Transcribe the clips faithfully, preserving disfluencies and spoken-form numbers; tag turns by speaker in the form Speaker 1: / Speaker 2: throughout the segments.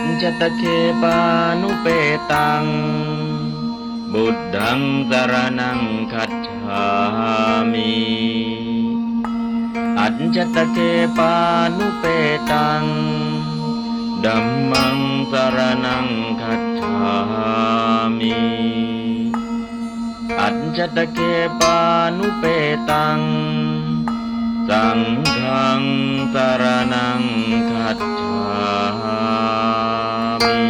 Speaker 1: จตเคปานุเปตังบุตตังสรณังคัจฉามิอัจจตเคปานุเปตังธัมมังสรณังคัจฉามิอัจจตเคปานุเปตังสังฆังสรณังคัจฉามิ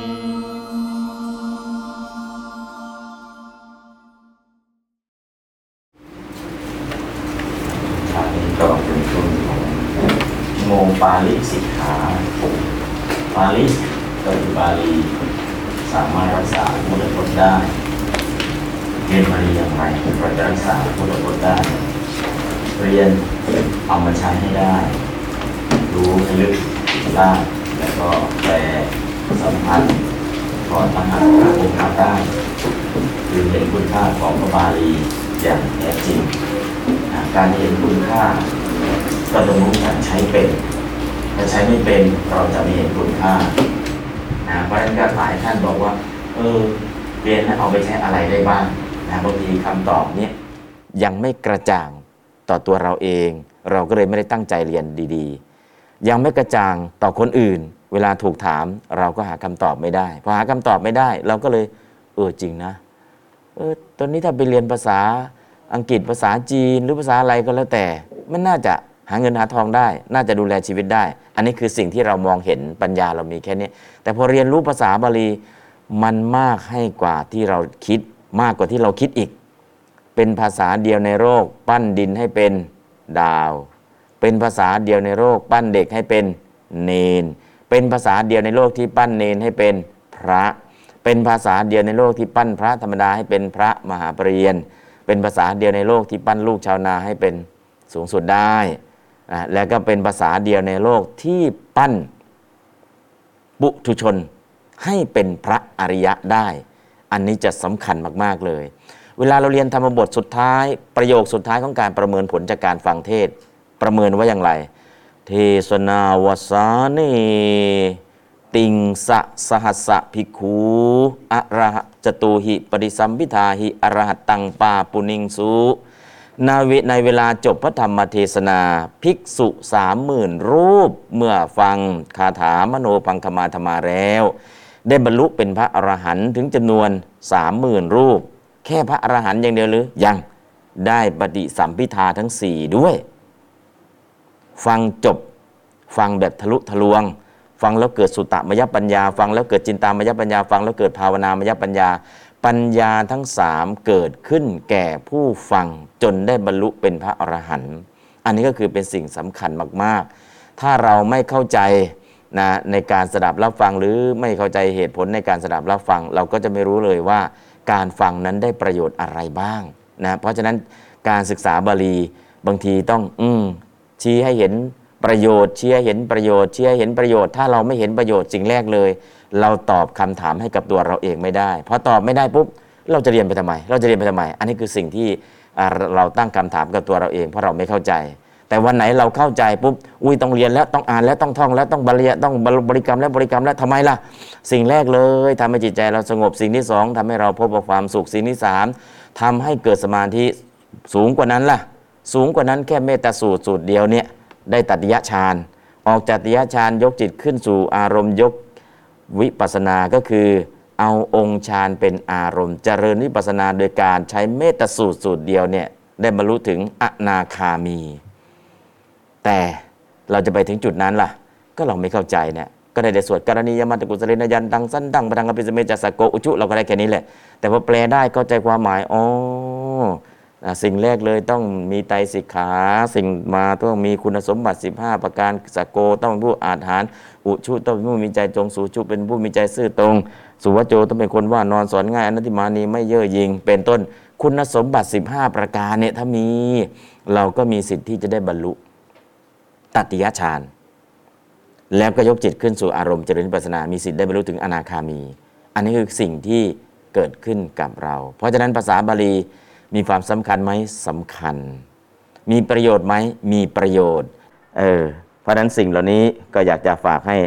Speaker 2: อันนี้ก็เป็นช่วงของโมปาลิสิกขาปาลิก็คือบาลีสามารถรักษาพุทธพจน์ได้เรียนบาลีอย่างไรเราจะรักษาพุทธพจน์ได้เรียนเอามาใช้ให้ได้รู้ให้ลึกได้แล้วก็แปลสัมพันธ์ถอดรหัสการองค์การได้คือเห็นคุณค่าของพระบาลีอย่างแท้จริงการเห็นคุณค่าก็ต้องรู้การใช้เป็นถ้าใช้ไม่เป็นเราจะไม่เห็นคุณค่านะเพราะฉะนั้นหลายท่านบอกว่าเออเรียนแล้วเอาไปใช้อะไรได้บ้างนะบางทีคำตอบเนี้ยยังไม่กระจ่างต่อตัวเราเองเราก็เลยไม่ได้ตั้งใจเรียนดีๆยังไม่กระจ่างต่อคนอื่นเวลาถูกถามเราก็หาคำตอบไม่ได้พอหาคำตอบไม่ได้เราก็เลยเออจริงนะเออตอนนี้ถ้าไปเรียนภาษาอังกฤษภาษาจีนหรือภาษาอะไรก็แล้วแต่มันน่าจะหาเงินหาทองได้น่าจะดูแลชีวิตได้อันนี้คือสิ่งที่เรามองเห็นปัญญาเรามีแค่นี้แต่พอเรียนรู้ภาษาบาลีมันมากให้กว่าที่เราคิดมากกว่าที่เราคิดอีกเป็นภาษาเดียวในโลกปั้นดินให้เป็นดาวเป็นภาษาเดียวในโลกปั้นเด็กให้เป็นเนนเป็นภาษาเดียวในโลกที่ปั้นเนนให้เป็นพระเป็นภาษาเดียวในโลกที่ปั้นพระธรรมดาให้เป็นพระมหาปริญญาเป็นภาษาเดียวในโลกที่ปั้นลูกชาวนาให้เป็นสูงสุดได้นะแล้วก็เป็นภาษาเดียวในโลกที่ปั้นปุถุชนให้เป็นพระอริยะได้อันนี้จะสำคัญมากๆเลยเวลาเราเรียนธรรมบทสุดท้ายประโยคสุดท้ายของการประเมินผลจากการฟังเทศประเมินว่าอย่างไรเทศนาวสาเนติงสะสหัสสะภิกขุอระหะจตุหิปริสัมพิทาหิอรหัตตังปาปุณิงสุนาวิในเวลาจบพระธรรมเทศนาภิกษุสามหมื่นรูปเมื่อฟังคาถามโนปังคมาธมาแล้วได้บรรลุเป็นพระอรหันต์ถึงจำนวนสามหมื่นรูปแค่พระอรหันต์อย่างเดียวหรือยังได้ปฏิสัมพิทาทั้งสี่ด้วยฟังจบฟังแบบทะลุทะลวงฟังแล้วเกิดสุตตมยปัญญาฟังแล้วเกิดจินตามยปัญญาฟังแล้วเกิดภาวนามยปัญญาปัญญาทั้งสามเกิดขึ้นแก่ผู้ฟังจนได้บรรลุเป็นพระอรหันต์อันนี้ก็คือเป็นสิ่งสำคัญมากๆถ้าเราไม่เข้าใจนะในการสดับรับฟังหรือไม่เข้าใจเหตุผลในการสดับรับฟังเราก็จะไม่รู้เลยว่าการฟังนั้นได้ประโยชน์อะไรบ้างนะเพราะฉะนั้นการศึกษาบาลีบางทีต้องอืมชี้ให้เห็นประโยชน์ชี้ให้เห็นประโยชน์ชี้ให้เห็นประโยชน์ถ้าเราไม่เห็นประโยชน์สิ่งแรกเลยเราตอบคำถามให้กับตัวเราเองไม่ได้พอตอบไม่ได้ปุ๊บเราจะเรียนไปทำไมเราจะเรียนไปทำไมอันนี้คือสิ่งที่เราตั้งคำถามกับตัวเราเองเพราะเราไม่เข้าใจแต่วันไหนเราเข้าใจปุ๊บอุ้ยต้องเรียนแล้วต้องอ่านแล้วต้องท่องแล้วต้องบริยต้องบริกรรมแล้วบริกรรมแล้วทำไมล่ะสิ่งแรกเลยทำให้จิตใจเราสงบสิ่งที่สองทำให้เราพบกับความสุขสิ่งที่สามทำให้เกิดสมาธิสูงกว่านั้นล่ะสูงกว่านั้นแค่เมตตาสูตรสูตรเดียวเนี่ยได้ตัดยะฌานออกจากตัดยะฌานยกจิตขึ้นสู่อารมณ์ยกวิปัสสนาก็คือเอาองค์ฌานเป็นอารมณ์เจริญวิปัสสนาโดยการใช้เมตตาสูตรสูตรเดียวเนี่ยได้บรรลุถึงอนาคามีแต่เราจะไปถึงจุดนั้นล่ะก็เราไม่เข้าใจเนี่ยก็ได้แต่สวดกรณียมัตตกุสเลนยันตังสั้นดังปทังกปิสเมจัสสโกอุจุเราก็ได้แค่นี้แหละแต่พอแปลได้เข้าใจความหมายอ๋อสิ่งแรกเลยต้องมีไตรสิกขาสิ่งมาต้องมีคุณสมบัติสิบห้าประการสโกต้องเป็นผู้อาถรรพ์อุชุต้องเป็นผู้มีใจจงสูชุเป็นผู้มีใจซื่อตรงสุวโจต้องเป็นคนว่านอนสอนง่ายอนัตติมานีไม่เย่อหยิ่งเป็นต้นคุณสมบัติสิบห้าประการเนี่ยถ้ามีเราก็มีสิทธิ์ที่จะได้บรรลุตัตติยฌานแล้วก็ยกจิตขึ้นสู่อารมณ์เจริญวิปัสสนามีสิทธิ์ได้บรรลุถึงอนาคามีอันนี้คือสิ่งที่เกิดขึ้นกับเราเพราะฉะนั้นภาษาบาลีมีความสำคัญไหมสำคัญมีประโยชน์ไหมมีประโยชน์เออเพราะฉะนั้นสิ่งเหล่านี้ก็อยากจะฝากให้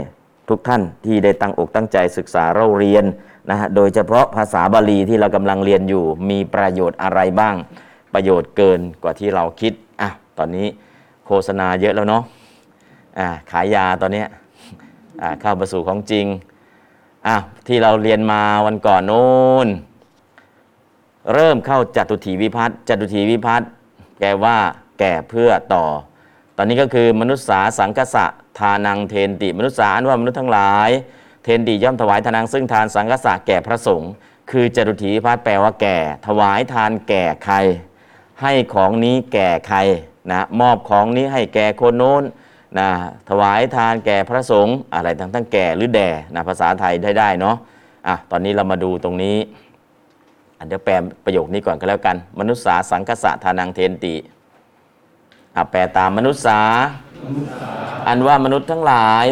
Speaker 3: ทุกท่านที่ได้ตั้งอกตั้งใจศึกษาเราเรียนนะฮะโดยเฉพาะภาษาบาลีที่เรากำลังเรียนอยู่มีประโยชน์อะไรบ้างประโยชน์เกินกว่าที่เราคิดอ่ะตอนนี้โฆษณาเยอะแล้วเนาะอ่าขายยาตอนนี้อ่าเข้ามาสู่ของจริงอ่ะที่เราเรียนมาวันก่อนโน้นเริ่มเข้าจตุถีวิภัตติจตุถีวิภัตติแปลว่าแก่เพื่อต่อตอนนี้ก็คือมนุษสาสังคสะทานังเทนติมนุษสาอันว่ามนุษย์ทั้งหลายเทนติย่อมถวายทานังซึ่งทานสังคสะแก่พระสงฆ์คือจตุถีวิภัตติแปลว่าแก่ถวายทานแก่ใครให้ของนี้แก่ใครนะมอบของนี้ให้แก่คนโน้นนะถวายทานแก่พระสงฆ์อะไรทั้งทั้งแก่หรือแด่นะภาษาไทยได้ได้เนาะอ่ะตอนนี้เรามาดูตรงนี้อันเดี๋ยวแปลประโยคนี้ก่อนก็แล้วกันมนุษสาสังคสะทานังเทนติอ่ะแปลตามมนุษสาอันว่ามนุษย์ทั้งหลาย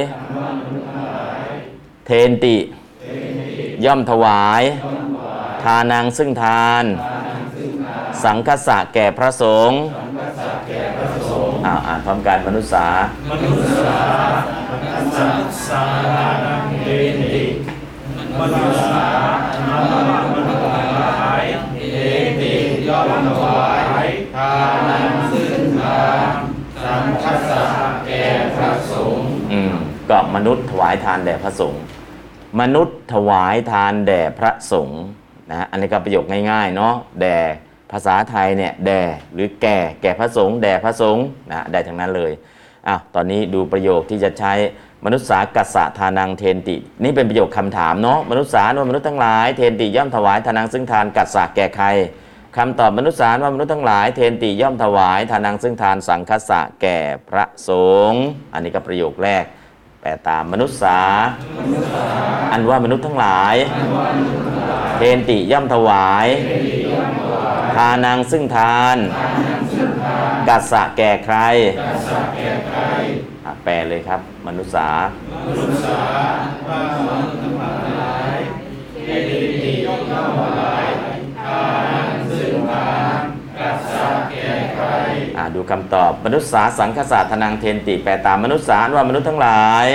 Speaker 3: เทนติย่อมถวายทานังซึ่งทานสังคสะแก่พระสงฆ์อ่าอ่านพร้อมกันมนุษสามนุษสาสังคสะเทนติมนุษสาอันว่ามนุษย์ทั้งหลายเทนติย่อมถวายทานังซึ่งทานสังคสะแก่พระสงฆ์อืมก็มนุษย์ถวายทานแด่พระสงฆ์มนุษย์ถวายทานแด่พระสงฆ์นะฮะอันนี้ก็ประโยคง่ายๆเนาะแด่ภาษาไทยเนี่ยแด่หรือแก่แก่พระสงฆ์แด่พระสงฆ์นะได้ทั้งนั้นเลยอ้าวตอนนี้ดูประโยคที่จะใช้มนุษสากัสสะทานังเทนตินี่เป็นประโยคคำถามเนาะมนุษสาว่ามนุษย์ทั้งหลายเทนติย่อมถวายทานังซึ่งทานกัสสะแก่ใครคำตอบมนุษสาว่ามนุษย์ทั้งหลายเทนติย่อมถวายทานังซึ่งทานสังคสะแก่พระสงฆ์อันนี้ก็ประโยคแรกแปลตามมนุษสาอันว่ามนุษย์ทั้งหลายเทนติย่อมถวายทานังซึ่งทานกัสสะแก่ใครแปลเลยครับมนุษสามนุษสาว่ามนุษย์ทั้งหลายเทนติย่อมถวายทานังซึ่งทานกัสสะแก่ใครอ่าดูคำตอบมนุษสาสังคสะทานังเทนติแปลตามมนุษสาว่ามนุษย์ทั้งหลาย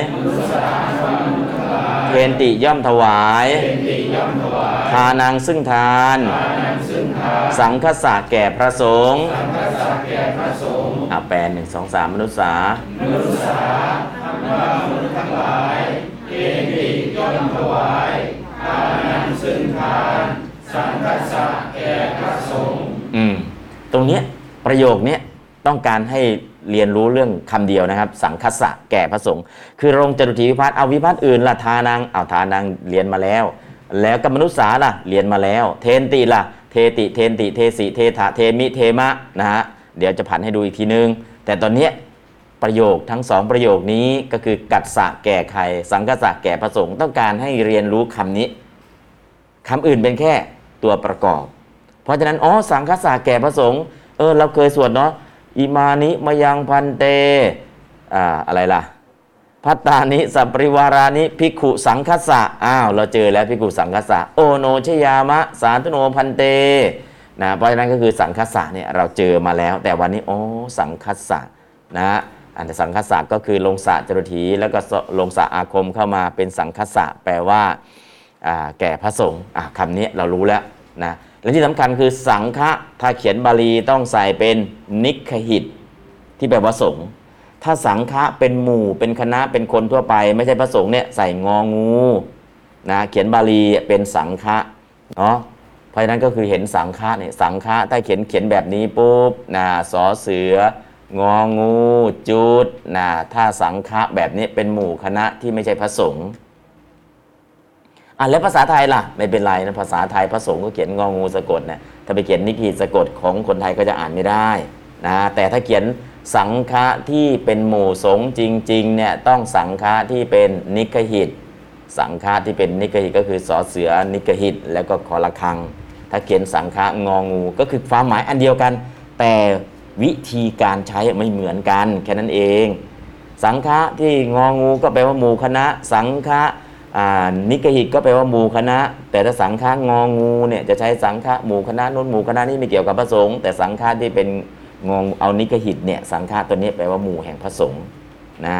Speaker 3: เทนติย่อมถวายทานังซึ่งทานสังคสะแก่พระสงฆ์อ่าแปลหนึ่งสองสามมนุษสามนุษสาอันว่ามนุษย์ทั้งหลายเทนติย่อมถวายทานังซึ่งทานสังคสะแก่พระสงฆ์อืมตรงเนี้ยประโยคเนี้ยต้องการให้เรียนรู้เรื่องคำเดียวนะครับสังคสะแก่พระสงฆ์คือลงจตุถีวิภัตติเอาวิภัตติอื่นล่ะทานังเอาทานังเรียนมาแล้วแล้วกับมนุษสาล่ะเรียนมาแล้วเทนติล่ะเทติเทนติเทสิเทถะเทมิเทมะนะฮะเดี๋ยวจะผันให้ดูอีกทีนึงแต่ตอนนี้ประโยคทั้งสองประโยคนี้ก็คือกัสสะแก่ใครสังคสะแก่พระสงฆ์ต้องการให้เรียนรู้คำนี้คำอื่นเป็นแค่ตัวประกอบเพราะฉะนั้นอ๋อสังคสะแก่พระสงฆ์เออเราเคยสวดเนาะอิมานิมยังพันเตอ่าอะไรล่ะพัตตานิสัปริวารานิภิกขุสังคสะอ้าวเราเจอแล้วภิกขุสังคสะโอโนชยามะสาธุโนพันเตนะเพราะฉะนั้นก็คือสังคสะเนี่ยเราเจอมาแล้วแต่วันนี้โอ้สังคสะนะอันสังคสะก็คือลงสะจตุถีแล้วก็ลงสะอาคมเข้ามาเป็นสังคสะแปลว่าอ่าแก่พระสงฆ์อ่ะคำนี้เรารู้แล้วนะและที่สำคัญคือสังฆะถ้าเขียนบาลีต้องใส่เป็นนิคหิตที่แปลว่าสงฆ์ถ้าสังฆะเป็นหมู่เป็นคณะเป็นคนทั่วไปไม่ใช่พระสงฆ์เนี่ยใส่งองูนะเขียนบาลีเป็นสังฆะเนาะเพราะฉะนั้นก็คือเห็นสังฆะเนี่ยสังฆะถ้าเขียนเขียนแบบนี้ปุ๊บนะสอเสืององูจุดนะถ้าสังฆะแบบนี้เป็นหมู่คณะที่ไม่ใช่พระสงฆ์อ่ะแล้วภาษาไทยล่ะไม่เป็นไรนะภาษาไทยพระสงฆ์ก็เขียนงองูสะกดนะถ้าไปเขียนนิกิสะกดของคนไทยก็จะอ่านไม่ได้นะแต่ถ้าเขียนสังฆะที่เป็นหมู่สงฆ์จริงๆเนี่ยต้องสังฆะที่เป็นนิคหิตสังฆะที่เป็นนิคหิตก็คือสอเสือนิคหิตแล้วก็คอระฆังถ้าเขียนสังฆะงองูก็คือความหมายอันเดียวกันแต่วิธีการใช้ไม่เหมือนกันแค่นั้นเองสังฆะที่งองูก็แปลว่าหมู่คณะสังฆะนิคหิตก็แปลว่าหมู่คณะแต่ถ้าสังฆะงองูเนี่ยจะใช้สังฆะหมู่คณะนู้นหมู่คณะนี้ไม่เกี่ยวกับพระสงฆ์แต่สังฆะที่เป็นงงเอานิคหิตเนี่ยสังฆะตัวนี้แปลว่าหมู่แห่งพระสงฆ์นะ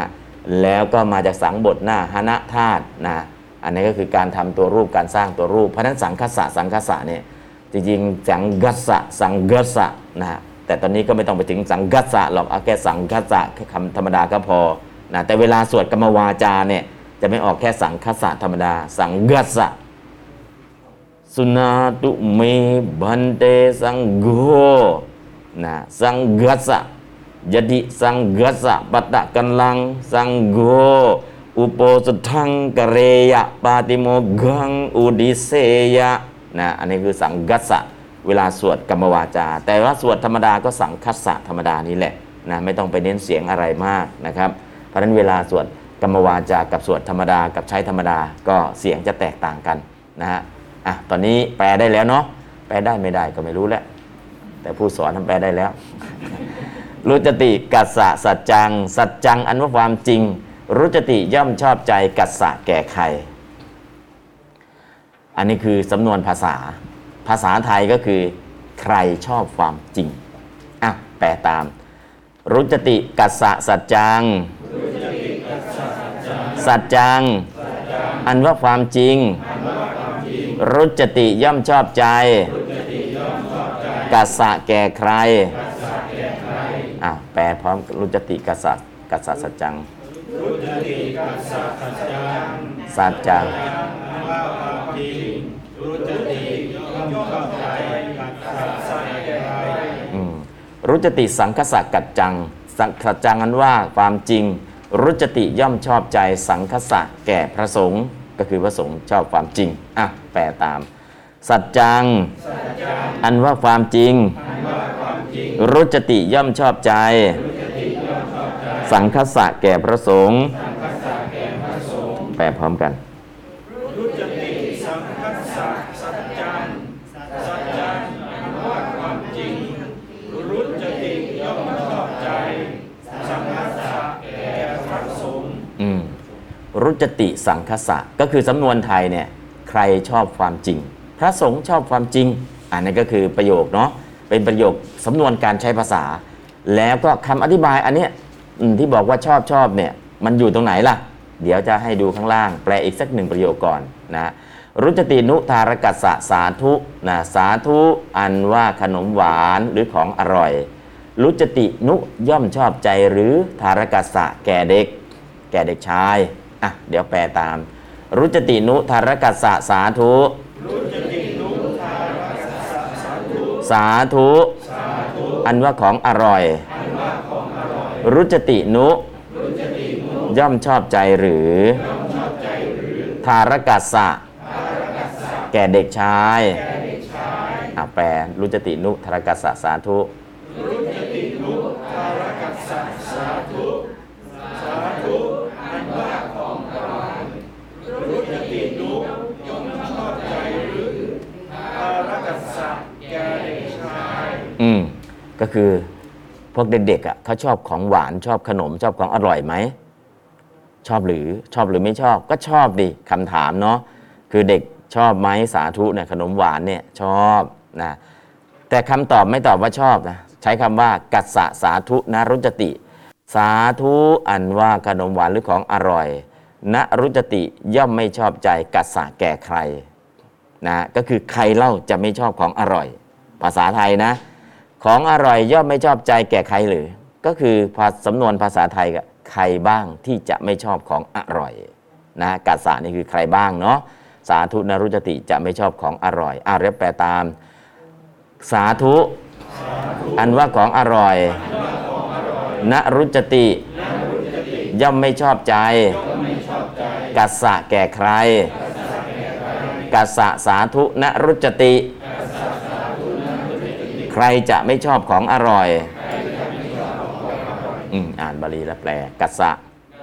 Speaker 3: แล้วก็มาจากสังบทหน้าหณธาตุนะอันนี้ก็คือการทำตัวรูปการสร้างตัวรูปเพราะฉะนั้นสังคัสสะสังคัสสะเนี่ยจริงๆสังกัสสะสังกัสสะนะแต่ตอนนี้ก็ไม่ต้องไปถึงสังกัสสะหรอกเอาแค่สังคัสสะแค่คำธรรมดาก็พอนะแต่เวลาสวดกรรมวาจาเนี่ยจะไม่ออกแค่สังคัสสะธรรมดาสังกัสสะสุนาตุเมบันเตสังโฆนะสังกัสสะjadi sanggasa patak kenlang sanggo upo sedang kereya patimogang udiseya นะอันนี้คือสังกัสสะเวลาสวดกรรมวาจาแต่ว่าสวดธรรมดาก็สังคัสสะธรรมดานี่แหละนะไม่ต้องไปเน้นเสียงอะไรมากนะครับเพราะฉะนั้นเวลาสวดกรรมวาจากับสวดธรรมดากับใช้ธรรมดาก็เสียงจะแตกต่างกันนะฮะอ่ะตอนนี้แปลได้แล้วเนาะแปลได้ไม่ได้ก็ไม่รู้แหละแต่ผู้สอนทำแปลได้แล้วรุจติกัสสะสัจจังสัจจังอันว่าความจริงรุจติย่อมชอบใจกัสสะแก่ใครอันนี้คือสำนวนภาษาภาษาไทยก็คือใครชอบความจริงอ่ะแปลตามรุจติกัสสะสัจจังสัจจังอันว่าความจริงรุจติย่อมชอบใจกัสสะแก่ใครอ่ะแปลพร้อมรุจติกัสสะกัสสะสัจจัง
Speaker 4: รุจติกัสสะสัจจัง
Speaker 3: สัจจัง
Speaker 4: ว่าความจริงรุจติย่อมชอบใจกัสสะแก่ใคร
Speaker 3: อืมรุจติสังคสะกัจจังสัจจังอันว่าความจริงรุจติย่อมชอบใจสังคสะแก่พระสงฆ์ก็คือพระสงฆ์ชอบความจริงอ่ะแปลตามสัจจังอันว่าความจริงรุจติย่อมชอบใจสังคสะแก่พระสงฆ์แปลพร้อมกัน
Speaker 4: รุจติสังคัสสะสัจจังสัจจังอันว่าความจริงรุจติย่อมชอบใจสังคัสสะแก่พระสงฆ์
Speaker 3: อืมรุจติสังคสะก็คือสำนวนไทยเนี่ยใครชอบความจริงพระสงฆ์ชอบความจริงอันนี้ก็คือประโยคเนาะเป็นประโยคสำนวนการใช้ภาษาแล้วก็คำอธิบายอันเนี้ยที่บอกว่าชอบชอบเนี่ยมันอยู่ตรงไหนล่ะเดี๋ยวจะให้ดูข้างล่างแปลอีกสักหนึ่งประโยคก่อนนะรุจตินุทารกัสสะสาธุนะสาธุอันว่าขนมหวานหรือของอร่อยรุจตินุย่อมชอบใจหรือทารกัสสะแก่เด็กแก่เด็กชายอ่ะเดี๋ยวแปลตามรุจตินุทารกัสสะสาธุสาธุอันว่าของอร่อยรุจตินุย่อมชอบใจหรือทารกัสสะแก่เด็กชายอ่ะแปลรุจตินุทารกัสสะสาธุ
Speaker 4: รุจตินุทารกัสสะสาธุสาธุอันว่าของอร่อยรุจตินุย่อมชอบใจหรือทารกัสสะแก่เด็กชาย
Speaker 3: อืมก็คือพวกเด็กๆอ่ะเขาชอบของหวานชอบขนมชอบของอร่อยไหมชอบหรือชอบหรือไม่ชอบก็ชอบดิคำถามเนาะคือเด็กชอบไหมสาธุเนี่ยขนมหวานเนี่ยชอบนะแต่คำตอบไม่ตอบว่าชอบนะใช้คำว่ากัสสะสาธุนรุจติสาธุอันว่าขนมหวานหรือของอร่อยนรุจติย่อมไม่ชอบใจกัสสะแก่ใครนะก็คือใครเล่าจะไม่ชอบของอร่อยภาษาไทยนะของอร่อยย่อมไม่ชอบใจแก่ใครหรือก็คือสำนวนภาษาไทยก็ใครบ้างที่จะไม่ชอบของอร่อยนะกัสสะนี่คือใครบ้างเนาะสาธุนรุจติจะไม่ชอบของอร่อยอ่ะเรียบแปลตามสาธุอันว่าของอร่อยนรุจติย่อมไม่ชอบใจกัสสะแก่ใครกัสสะสาธุนรุจติใครจะไม่ชอบของอร่อยอืมอ่านบาลีแล้วแปลกัสสะ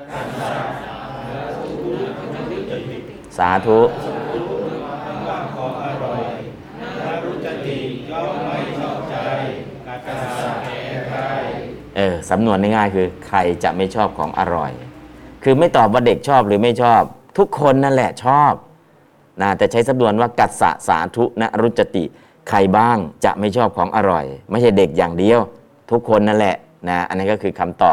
Speaker 3: สาธุเออสำนวนง่ายๆคือใครจะไม่ชอบของอร่อยคือไม่ตอบว่าเด็กชอบหรือไม่ชอบทุกคนนั่นแหละชอบนะแต่ใช้สำนวนว่ากัสสะสาธุนรุจติใครบ้างจะไม่ชอบของอร่อยไม่ใช่เด็กอย่างเดียวทุกคนนั่นแหละนะอันนี้ก็คือคำตอบ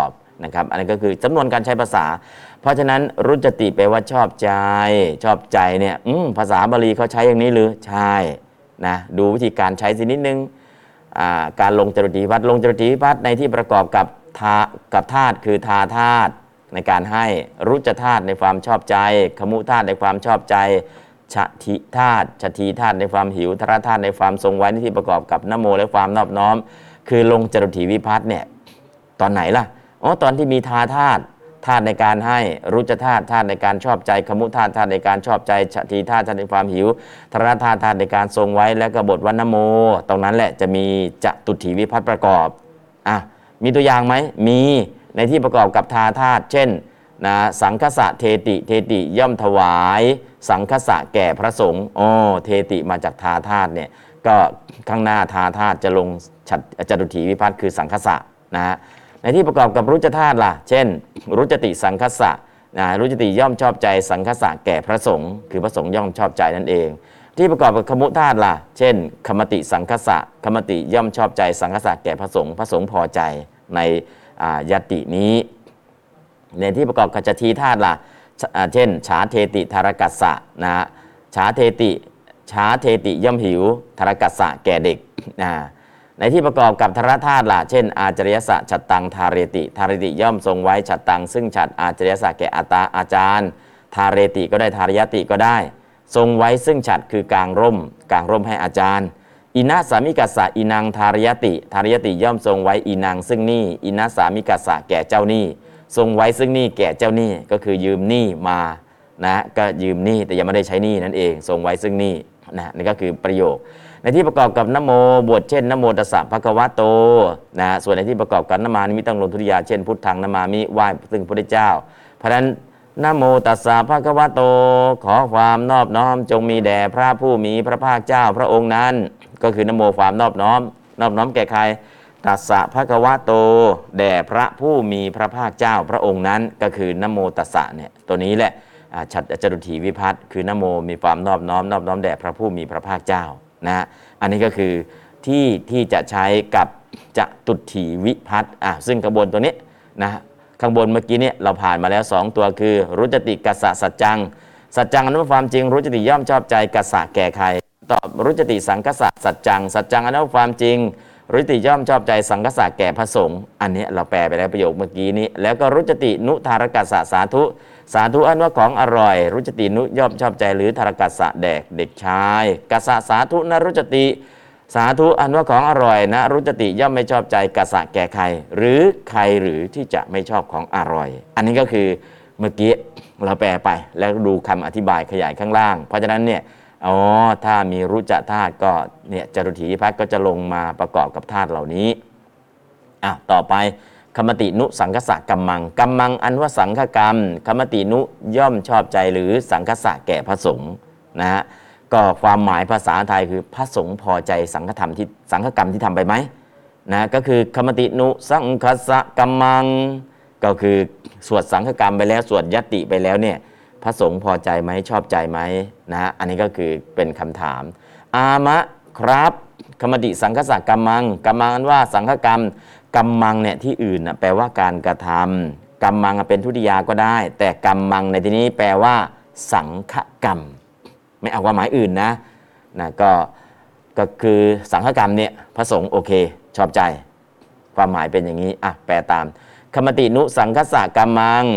Speaker 3: นะครับอันนี้ก็คือจำนวนการใช้ภาษาเพราะฉะนั้นรุจติแปลว่าชอบใจชอบใจเนี่ยอืมภาษาบาลีเขาใช้อย่างนี้หรือใช่นะดูวิธีการใช้สินิดนึงการลงจตุถีวิภัตติลงจตุถีวิภัตติในที่ประกอบกับทากับธาตุคือทาธาตุในการให้รุจธาตุในความชอบใจขมุธาตุในความชอบใจชทิธาตุชทีธาตุในความหิวทรธาตุในความทรงไว้ในที่ประกอบกับนะโมและความนอบน้อมคือลงจตุถีวิภัตติเนี่ยตอนไหนล่ะอ๋อตอนที่มีทาธาตุธาตุในการให้รุจธาตุธาตุในการชอบใจขมุธาตุธาตุในการชอบใจชทีธาตุธาตุในความหิวทรธาตุธาตุในการทรงไว้และก็บทวรรณโมตรงนั้นแหละจะมีจตุถีวิภัตติประกอบอ่ะมีตัวอย่างไหมมีในที่ประกอบกับทาธาตุเช่นนะสังคสะเทติเทติย่อมถวายสังคสะแก่พระสงฆ์อ๋อเทติมาจากทาธาตุเนี่ยก็ข้างหน้าทาธาตุจะลงจตุถีวิภัตติคือสังคสะนะฮะในที่ประกอบกับรุจธาตุล่ะเช่นรุจติสังคสะนะรุจติย่อมชอบใจสังคสะแก่พระสงฆ์คือพระสงฆ์ย่อมชอบใจนั่นเองที่ประกอบกับขมุธาตุล่ะเช่นคมติสังคสะคมติย่อมชอบใจสังคสะแก่พระสงฆ์พระสงฆ์พอใจในยตินี้ในที่ประกอบกับจทีธาตุล่ะเช่นฉาเทติธารกัสสะนะฉาเทติฉาเทติย่อมหิวธารกัสสะแก่เด็กนะในที่ประกอบกับธารธาตุล่ะเช่นอาจริยสะฉัตตังทาเรติทาเรติย่อมทรงไว้ฉัตตังซึ่งฉัตอาจริยสะแก่อาตาอาจารย์ทาเรติก็ได้ทารยติก็ได้ทรงไว้ซึ่งฉัตคือกลางร่มกลางร่มให้อาจารย์อินะสามิกัสสะอินังทารยติทารยติย่อมทรงไว้อินังซึ่งหนี้อินะสามิกัสสะแก่เจ้าหนี้ทรงไว้ซึ่งหนี้แก่เจ้าหนี้ก็คือยืมหนี้มานะก็ยืมหนี้แต่ยังไม่ได้ใช้หนี้นั่นเองทรงไว้ซึ่งหนี้นะนี่ก็คือประโยคในที่ประกอบกับนะโมบทเช่นนะโมตัสสะภะคะวะโตนะส่วนในที่ประกอบกับนะมานิมิตังลงทุติยาเช่นพุทธังนะมามิไหว้ซึ่งพระพุทธเจ้าเพราะฉะนั้นนะโมตัสสะภะคะวะโตขอความนอบน้อมจงมีแด่พระผู้มีพระภาคเจ้าพระองค์นั้นก็คือนะโมความนอบน้อมนอบน้อมแก่ใครตัสสะภะคะวะโตแด่พระผู้มีพระภาคเจ้าพระองค์นั้นก็คือนะโมตัสสะเนี่ยตัวนี้แหละฉัตรจตุถีวิภัตติคือนะโมมีความนอบน้อมนอบน้อมแด่พระผู้มีพระภาคเจ้านะอันนี้ก็คือที่ที่จะใช้กับจตุถีวิภัตติอ่ะซึ่งกระบวนตัวนี้นะข้างบนเมื่อกี้เนี่ยเราผ่านมาแล้วสองตัวคือรุจติกัสสะสัจจังสัจจังอนุความจริงรุจติย่อมชอบใจกัสสะแก่ใครตอบรุจติสังคสะสัจจังสัจจังอนุความจริงรุจติย่อมชอบใจสังคสะแก่พระสงฆ์อันนี้เราแปลไปแล้วประโยคเมื่อกี้นี้แล้วก็รุจตินุทารกัสสะสาธุสาธุอันว่าของอร่อยรุจตินุย่อมชอบใจหรือทารกัสสะแดกเด็กชายกัสสะสาธุนรุจติสาธุอันว่าของอร่อยนะรุจติย่อมไม่ชอบใจกัสสะแก่ใครหรือใครหรือที่จะไม่ชอบของอร่อยอันนี้ก็คือเมื่อกี้เราแปลไปแล้วดูคำอธิบายขยายข้างล่างเพราะฉะนั้นเนี่ยอ๋อถ้ามีรุจธาตุก็เนี่ยจตุถีวิภัตติก็จะลงมาประกอบกับธาตุเหล่านี้อ่ะต่อไปคมตินุสังคสะกัมมังกัมมังอันว่าสังฆกรรมคมตินุย่อมชอบใจหรือสังคสะแก่พระสงฆ์นะฮะก็ความหมายภาษาไทยคือพระสงฆ์พอใจสังฆธรรมที่สังฆกรรมที่ทำไปไหมนะก็คือคมตินุสังคสะกัมมังก็คือสวดสังฆกรรมไปแล้วสวดยติไปแล้วเนี่ยพระสงฆ์พอใจไหมชอบใจไหมนะฮะอันนี้ก็คือเป็นคำถามอามะครับคมติสังคสะกัมมังกัมมังอันว่าสังฆกรรมกัมมังเนี่ยที่อื่นนะแปลว่าการกระทำกัมมังเป็นทุติยาก็ได้แต่กัมมังในที่นี้แปลว่าสังฆกรรมไม่เอาความหมายอื่นนะนะก็ก็คือสังฆกรรมเนี่ยพระสงฆ์โอเคชอบใจความหมายเป็นอย่างนี้อ่ะแปลตามคมตินุสังคสะกัมมัง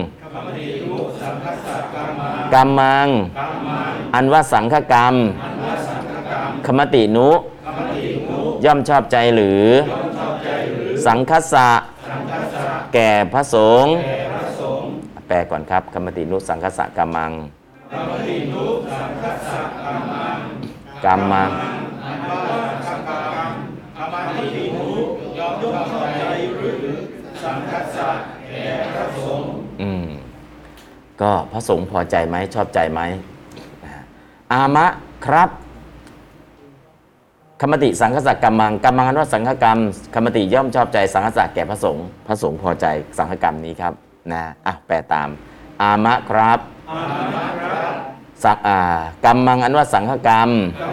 Speaker 3: กัมมังอันว่าสังฆกรรมคมตินุย่อมชอบใจหรือสังคสะแก่พระสงฆ์แปลก่อนครับคมตินุสังคสะกัมมังกัมมังอืมก็พระสงฆ์พอใจไหมชอบใจไหมอามะครับคมติสังคสะกัมมังกัมมังอันว่าสังฆกรรมคมติย่อมชอบใจสังคสะแก่พระสงฆ์พระสงฆ์พอใจสังฆกรรมนี้ครับนะอ่ะแปลตามอามะครับสักอ่ากัมมังอันว่าสังฆกรรม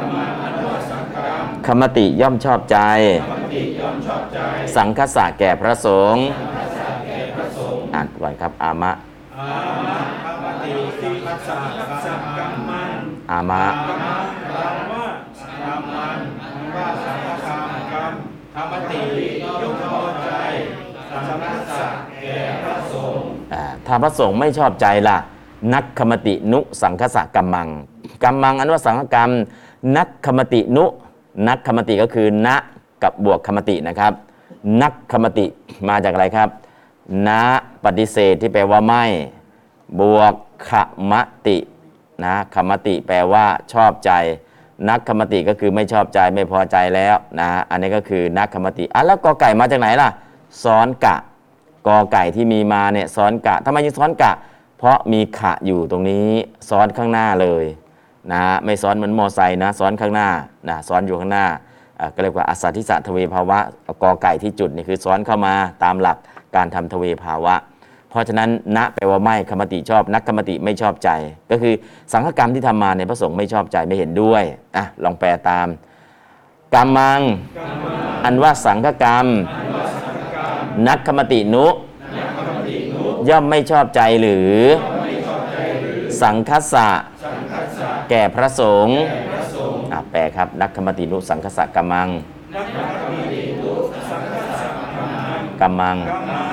Speaker 3: คมติย่อมชอบใจสังคสะแก่พระสงฆ์อ่านก่อนครับอามะ
Speaker 4: อามะธรรมติสังคัสสะกัมมัน
Speaker 3: อามะ
Speaker 4: อามะธรรมะธรรมันว่าสังฆกรรมกรรมธรรมติย่อมพอใจสังคัสสะแก่พระสงฆ์
Speaker 3: อ่าถ้าพระสงฆ์ไม่ชอบใจล่ะนักขมตินุสังคสะกัมมังกัมมังอันว่าสังฆกรรมนักขมตินุนักขมติก็คือณกับบวกขมตินะครับ นักขมติมาจากอะไรครับณปฏิเสธที่แปลว่าไม่บวกขมตินะขมติแปลว่าชอบใจนักขมติก็คือไม่ชอบใจไม่พอใจแล้วนะอันนี้ก็คือนักขมติอ่ะแล้วกอไก่มาจากไหนล่ะซ้อนกะกอไก่ที่มีมาเนี่ยซ้อนกะทำไมยังซ้อนกะเพราะมีขะอยู่ตรงนี้ซ้อนข้างหน้าเลยนะไม่ซ้อนเหมือนมอไซค์นะซ้อนข้างหน้านะซ้อนอยู่ข้างหน้าก็เรียกว่าอสัตถิสะทเวภาวะกอไก่ที่จุดนี่คือซ้อนเข้ามาตามหลักการทำทเวภาวะเพราะฉะนั้นณแปลว่าไม่คมติชอบนักคมติไม่ชอบใจก็คือสังฆกรรมที่ทำมาเนี่ยพระสงฆ์ไม่ชอบใจไม่เห็นด้วยอ่ะลองแปลตามกรรมังอันว่าสังฆกรรมนักคมตินุย่อมไม่ชอบใจหรือสังคัสสะแก่พระสงฆ์อ่ะแปลครับนักคมตินุสังคัสสะกัมมังกัมมัง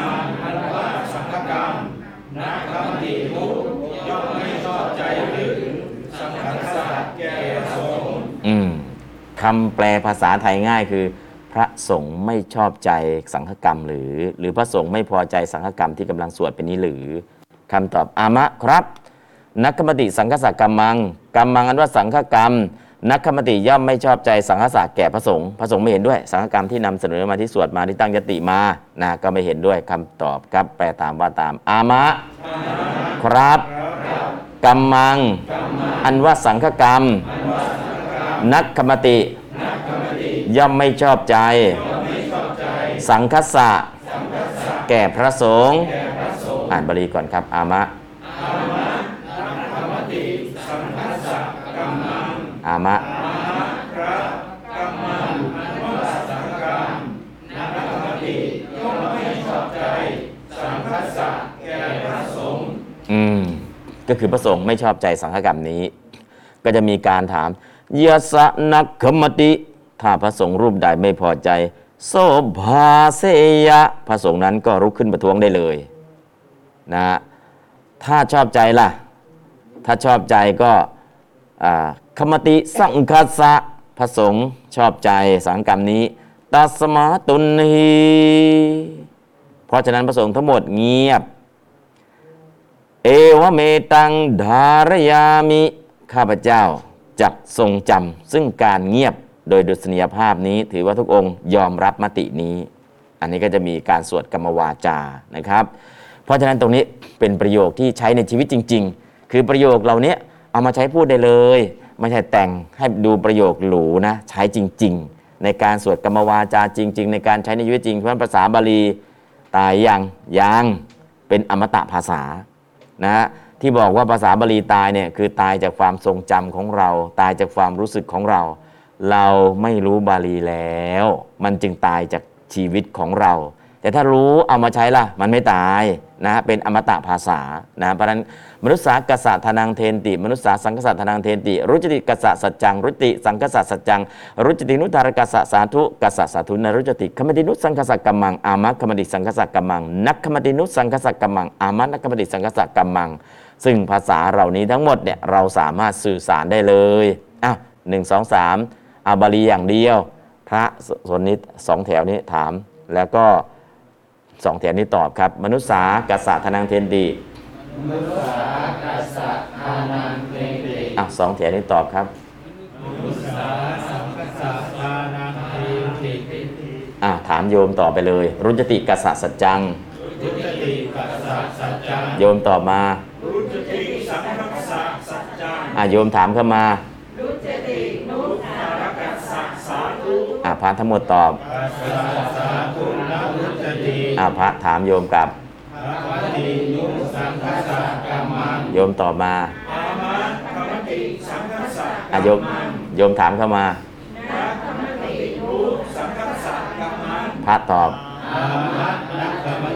Speaker 4: นักขมตินุย่อมไม่ชอบใจหรือสังคัสสะแก่สงฆ์
Speaker 3: อืมคำแปลภาษาไทยง่ายคือพระสงฆ์ไม่ชอบใจสังฆกรรมหรือหรือพระสงฆ์ไม่พอใจสังฆกรรมที่กำลังสวดเป็นนี้หรือคำตอบอามะครับนักขมติสังฆสะกัมมังกัมมังอันว่าสังฆกรรมนักขมติย่อมไม่ชอบใจสังฆสะแก่พระสงฆ์พระสงฆ์ไม่เห็นด้วยสังฆกรรมที่นำเสนอมาที่สวดมาที่ตั้งยติมานะก็ไม่เห็นด้วยคำตอบครับแปลตามว่าตามอามะครับกัมมังอันว่าสังฆกรรมนักขมติย่อมไม่ชอบใจสังคัสสะแก่พระสงฆ์อ่านบาลีก่อนครับอามะอามะอืมก็คือพระสงฆ์ไม่ชอบใจสังฆกรรมนี้ก็จะมีการถามยะสะนักขมติถ้าพระสงฆ์รูปใดไม่พอใจโสภาเสยะพระสงฆ์นั้นก็ลุกขึ้นประท้วงได้เลยนะถ้าชอบใจล่ะถ้าชอบใจก็ขมติสังคัสสะพระสงฆ์ชอบใจสังฆกรรมนี้ตัสมาตุนหีเพราะฉะนั้นพระสงฆ์ทั้งหมดเงียบเอวเมตังดารยามิข้าพเจ้าจักทรงจำซึ่งการเงียบโดยดุษณียภาพนี้ถือว่าทุกองค์ยอมรับมตินี้อันนี้ก็จะมีการสวดกรรมวาจานะครับเพราะฉะนั้นตรงนี้เป็นประโยคที่ใช้ในชีวิตจริงๆคือประโยคเหล่านี้เอามาใช้พูดได้เลยไม่ใช่แต่งให้ดูประโยคหรูนะใช้จริงๆในการสวดกรรมวาจาจริงๆในการใช้ในชีวิตจริงเพราะภาษาบาลีตายยังยังเป็นอมตะภาษานะที่บอกว่าภาษาบาลีตายเนี่ยคือตายจากความทรงจำของเราตายจากความรู้สึกของเราเราไม่รู้บาลีแล้วมันจึงตายจากชีวิตของเราแต่ถ้ารู้เอามาใช้ล่ะมันไม่ตายนะเป็นอมตะภาษานะเพราะฉะนั้นมนุษย์สากัสสะทานังเทนติมนุษย์สาสังคสัตทานังเทนติรุจติกัสสะสัจจังรุจติสังคสัตสัจจังรุจตินุตารกัสสะสาธุกัสสะสาธุนรุจติคมตินุสังคสัตกัมมังอามะคมติสังคสัตกัมมังนักคมตินุสังคสัตกัมมังอามะนักคมติสังคสัตกัมมังซึ่งภาษาเหล่านี้ทั้งหมดเนี่ยเราสามารถสื่อสารได้เลยอ้าวหนึ่งสองสามเอาบาลีอย่างเดียวพระสนนิสองแถวนี้ถามแล้วก็สองแถวนี้ตอบครับมนุษย์สากัสสะทานังเทนติมนุษย์สากัสสะทานังเทนติอ่ะสองแถวนี้ตอบครับมนุษย์สาสังกัสสะทานังเทนติอ่ะถามโยมต่อไปเลยรุจติกัสสะสัจจังรุจติกัสสะสัจจังโยมตอบมารุจติสังกัสสะสัจจังอ่ะโยมถามเข้ามารุจตินุตารกัสสะสาธุอ่ะพระทั้งหมดตอบอาพระถามโยมกับโยมตอบมาอาโยมโยมถามเข้ามาพระตอบ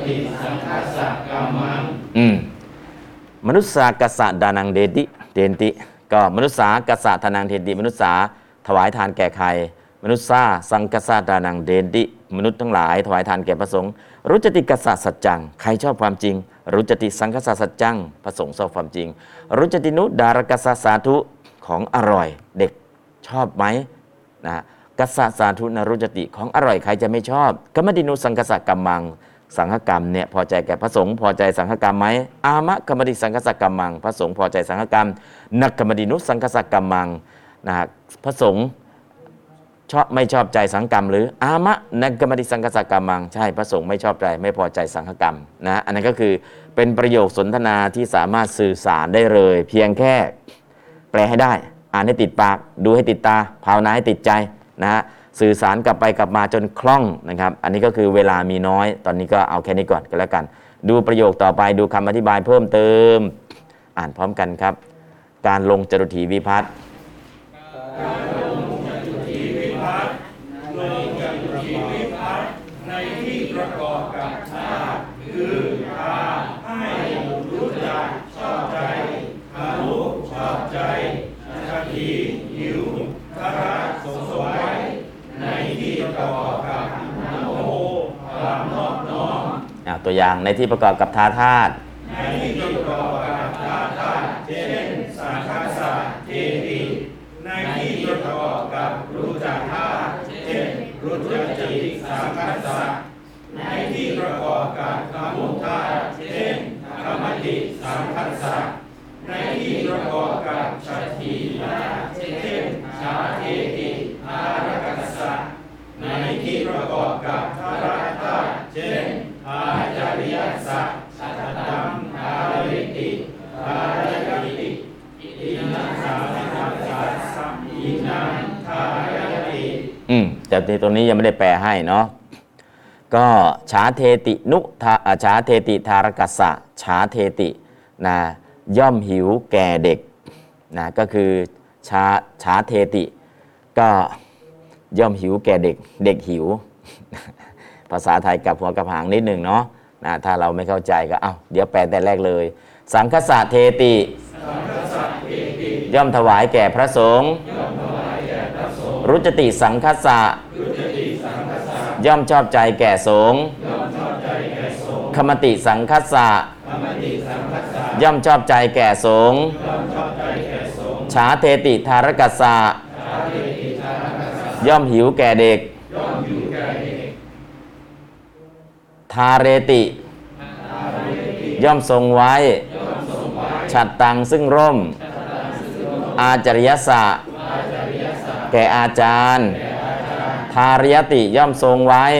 Speaker 4: ติสังคัสสะกัมมัง
Speaker 3: อืมมนุษสากัสสะดานังเดติเดนติก็มนุษสากัสสะทานังเดติมนุษสาถวายทานแก่ใครมนุษสาสังกัสสะดานังเดติมนุษย์ทั้งหลายถวายทานแก่พระสงฆ์รุจติกัสสะสัจจังใครชอบความจริงรุจติสังกัสสะสัจจังพระสงฆ์ชอบความจริงรุจตินุดารกัสสะสาธุของอร่อยเด็กชอบไหมนะกัสสะสาธุนรุจติของอร่อยใครจะไม่ชอบกัมมดินุสังกัสสะกัมมังสังฆกรรมเนี่ยพอใจแก่พระสงฆ์พอใจสังฆกรรมไหมอามะกัมมดิสังกัสสะกัมมังพระสงฆ์พอใจสังฆกรรมนักกัมมดินุสังกัสสะกัมมังนะพระสงฆ์ชอบไม่ชอบใจสังฆกรรมหรืออามะนักกัมมดิสังกัสสะกัมมังใช่พระสงฆ์ไม่ชอบใจไม่พอใจสังฆกรรมนะอันนั้นก็คือเป็นประโยคสนทนาที่สามารถสื่อสารได้เลยเพียงแค่แปลให้ได้อ่านให้ติดปากดูให้ติดตาภาวนาให้ติดใจนะฮะสื่อสารกลับไปกลับมาจนคล่องนะครับอันนี้ก็คือเวลามีน้อยตอนนี้ก็เอาแค่นี้ก่อนก็แล้วกันดูประโยคต่อไปดูคำอธิบายเพิ่มเติมอ่านพร้อมกันครับการลงจตุถีวิภัตติ
Speaker 4: การลงจตุถีวิภัตติลงจตุถีวิภัตติในที่ประกอบกับธาตุคือทาให้รู้จักชอบใจทานุชอบใจชาทีหิวทาระสงสวยในที่ประกอบกับนะโมความนอบน้อม
Speaker 3: อ่าตัวอย่างในที่ประกอบกับทาธาตุ
Speaker 4: ในที่ประกอบกับทาธาตุเช่นสังคัสสะเทติในที่ประกอบกับรู้จักธาตุเช่นรู้จักจิตสังคัสสะในที่ประกอบกับกรรมุธาตุเช่นกรรมติสังคัสสะในที่ประกอบกับชัตถีนาเช่นชาเทติทารกัสสะในที่ประกอบกับทาราธาตุเช่นอาจาริยสัจสัตตังทาริติทารยติอินังสามินังสัสสะอินังทารยติ
Speaker 3: อืมแต่ตรงนี้ยังไม่ได้แปลให้เนาะก็ชาเทตินุทาชาเทติทารกัสสะชาเทตินะย่อมหิวแก่เด็กนะก็คือชาชาเทติก็ย่อมหิวแก่เด็กเด็กหิว ภาษาไทยกับหัวกับหางนิดหนึ่งเนาะนะถ้าเราไม่เข้าใจก็เอาเดี๋ยวแปลแต่แรกเลยสังคสะเทติย่อมถวายแก่พระสงฆ์รุจติสังคสะย่อมชอบใจแก่สงฆ์คมติสังคสะย่อมชอบใจแก่สงฆ์ชาเทติทารกัสสะย่อมหิวแก่เด็กทาเรติย่อมทรงไว้ฉัตรตังซึ่งร่มอาจริยสะแก่อาจารย์ทาริยติย่อมทรงไว้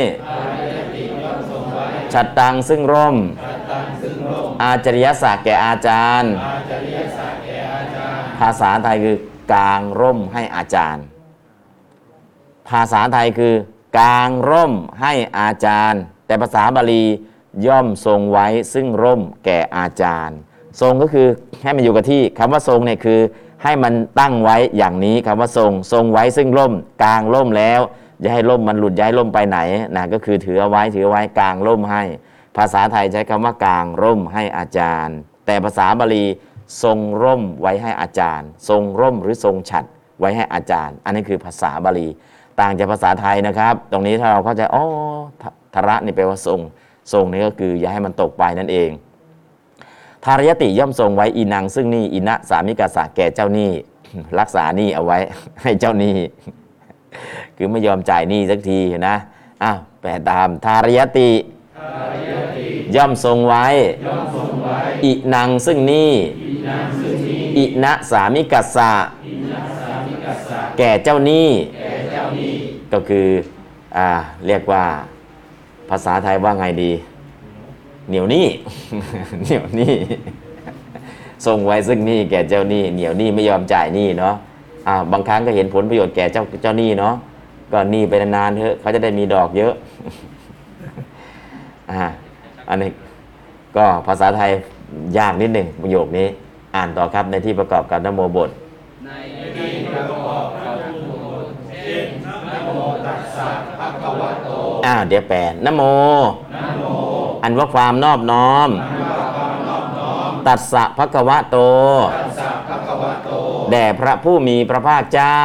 Speaker 3: ฉัตรตังซึ่งร่มอาจริยสะแก่อาจารย์ภาษาไทยคือกางร่มให้อาจารย์ภาษาไทยคือกางร่มให้อาจารย์แต่ภาษาบาลีย่อมทรงไว้ซึ่งร่มแก่อาจารย์ทรงก็คือให้มันอยู่กับที่คำว่าทรงเนี่ยคือให้มันตั้งไว้อย่างนี้คำว่าทรงทรงไว้ซึ่งร่มกางร่มแล้วอย่าให้ร่มมันหลุดย้ายร่มไปไหนนะก็คือถือเอาไว้ถือเอาไว้กางร่มให้ภาษาไทยใช้คำว่ากางร่มให้อาจารย์แต่ภาษาบาลีทรงร่มไว้ให้อาจารย์ทรงร่มหรือทรงฉัตรไว้ให้อาจารย์อันนี้คือภาษาบาลีต่างจากภาษาไทยนะครับตรงนี้ถ้าเราเข้าใจอ๋อทระนี่แปลว่าทรงทรงนี่ก็คืออย่าให้มันตกไปนั่นเองทารยติย่อมทรงไว้อีนังซึ่งนี่อินะสามิกาสะแก่เจ้าหนี้รักษาหนี้เอาไว้ให้เจ้าหนี้คือไม่ยอมจ่ายหนี้สักทีนะอ้าวแปลตามทารยติย่อมทรงไว้อินังซึ่งนี่อินะสามิกาสะแก่เจ้าหนี้ก็คืออ่าเรียกว่าภาษาไทยว่าไงดีเหนียวหนี้ เหนียวหนี้ทรงไว้ซึ่งหนี้แก่เจ้าหนี้เหนียวหนี้ไม่ยอมจ่ายหนี้เนาะอ่าบางครั้งก็เห็นผลประโยชน์แก่เจ้าเจ้าหนี้เนาะก็หนี้ไปนานๆเถอะเขาจะได้มีดอกเยอะ อ่าอันนี้ก็ภาษาไทยยากนิดหนึ่งประโยคนี้อ่านต่อครับในที่ประกอบกับนะโมบท
Speaker 4: ในที่ประกอบกับนะโมบทเช่นนะโมตัสสะภะคะวะโต
Speaker 3: อ่าเดี๋ยวแปลนะโมอันว่าความนอบน้อมตัสสะภะคะวะโตแด่พระผู้มีพระภาคเจ้า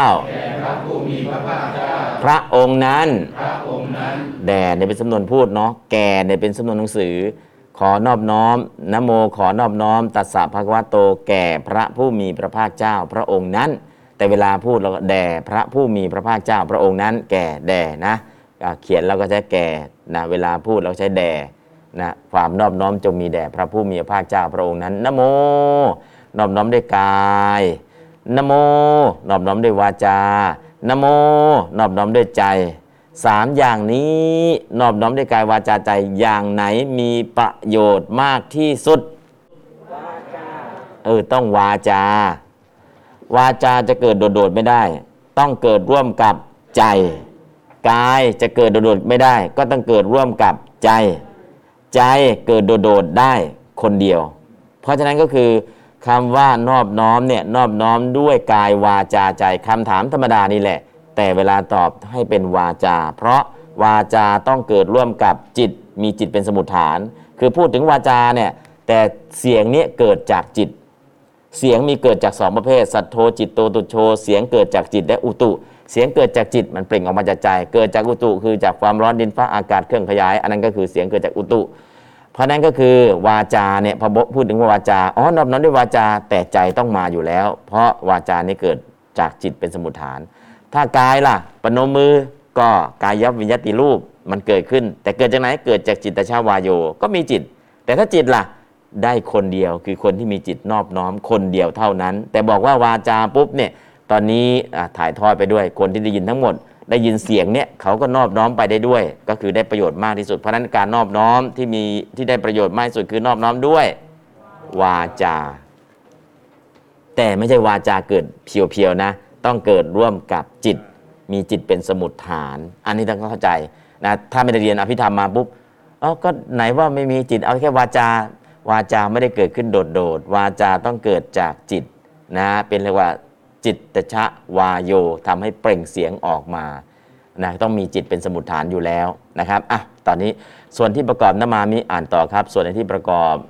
Speaker 3: พระองค์นั้นแด่เนี่ยเป็นสำนวนพูดเนาะแก่เนี่ยเป็นสำนวนหนังสือขอนอบน้อมนะโมขอนอบน้อมตัสสะภะคะวะโตแก่พระผู้มีพระภาคเจ้าพระองค์นั้นแต่เวลาพูดเราก็แด่พระผู้มีพระภาคเจ้าพระองค์นั้นแก่แด่นะเขียนเราก็ใช้แก่นะเวลาพูดเราใช้แด่นะความนอบน้อมจงมีแด่พระผู้มีพระภาคเจ้าพระองค์นั้นนะโมนอบน้อมด้วยกายนะโมนอบน้อมด้วยวาจานะโมนอบน้อมด้วยใจสามอย่างนี้นอบน้อมด้วยกายวาจาใจอย่างไหนมีประโยชน์มากที่สุดเออต้องวาจาวาจาจะเกิดโดดๆไม่ได้ต้องเกิดร่วมกับใจกายจะเกิดโดดๆไม่ได้ก็ต้องเกิดร่วมกับใจใจเกิดโดดๆได้คนเดียวเพราะฉะนั้นก็คือคำว่านอบน้อมเนี่ยนอบน้อมด้วยกายวาจาใจคำถามธรรมดานี่แหละแต่เวลาตอบให้เป็นวาจาเพราะวาจาต้องเกิดร่วมกับจิตมีจิตเป็นสมุฏฐานคือพูดถึงวาจาเนี่ยแต่เสียงนี้เกิดจากจิตเสียงมีเกิดจากสองประเภทสัทโธจิตโตตุโชเสียงเกิดจากจิตและอุตุเสียงเกิดจากจิตมันเปล่งออกมาจากใจเกิดจากอุตุคือจากความร้อนดินฟ้าอากาศเครื่องขยายอันนั้นก็คือเสียงเกิดจากอุตุเพราะนั้นก็คือวาจาเนี่ยพอพูดถึงวาจาอ๋อนอบน้อมด้วยวาจาแต่ใจต้องมาอยู่แล้วเพราะวาจานี่เกิดจากจิตเป็นสมุฏฐานถ้ากายล่ะปนมมือก็กายวิญญาติรูปมันเกิดขึ้นแต่เกิดจากไหนเกิดจากจิตตชาวายโยก็มีจิตแต่ถ้าจิตล่ะได้คนเดียวคือคนที่มีจิตนอบน้อมคนเดียวเท่านั้นแต่บอกว่าวาจาปุ๊บเนี่ยตอนนี้ถ่ายทอดไปด้วยคนที่ได้ยินทั้งหมดได้ยินเสียงเนี่ยเขาก็นอบน้อมไปได้ด้วยก็คือได้ประโยชน์มากที่สุดเพราะฉะนั้นการนอบน้อมที่มีที่ได้ประโยชน์มากที่สุดคือนอบน้อมด้วยวาจาแต่ไม่ใช่วาจาเกิดเพียวๆนะต้องเกิดร่วมกับจิตมีจิตเป็นสมุฏฐานอันนี้ต้องเข้าใจนะถ้าไม่ได้เรียนอภิธรรมมาปุ๊บเอ้าก็ไหนว่าไม่มีจิตเอาแค่วาจาวาจาไม่ได้เกิดขึ้นโดดๆวาจาต้องเกิดจากจิตนะเป็นเรียกว่าจิตตชะวาโยทำให้เปล่งเสียงออกมานะต้องมีจิตเป็นสมุฏฐานอยู่แล้วนะครับอ่ะตอนนี้ส่วนที่ประกอบนมามิอ่านต่อครับส่วนในที่ประกอบ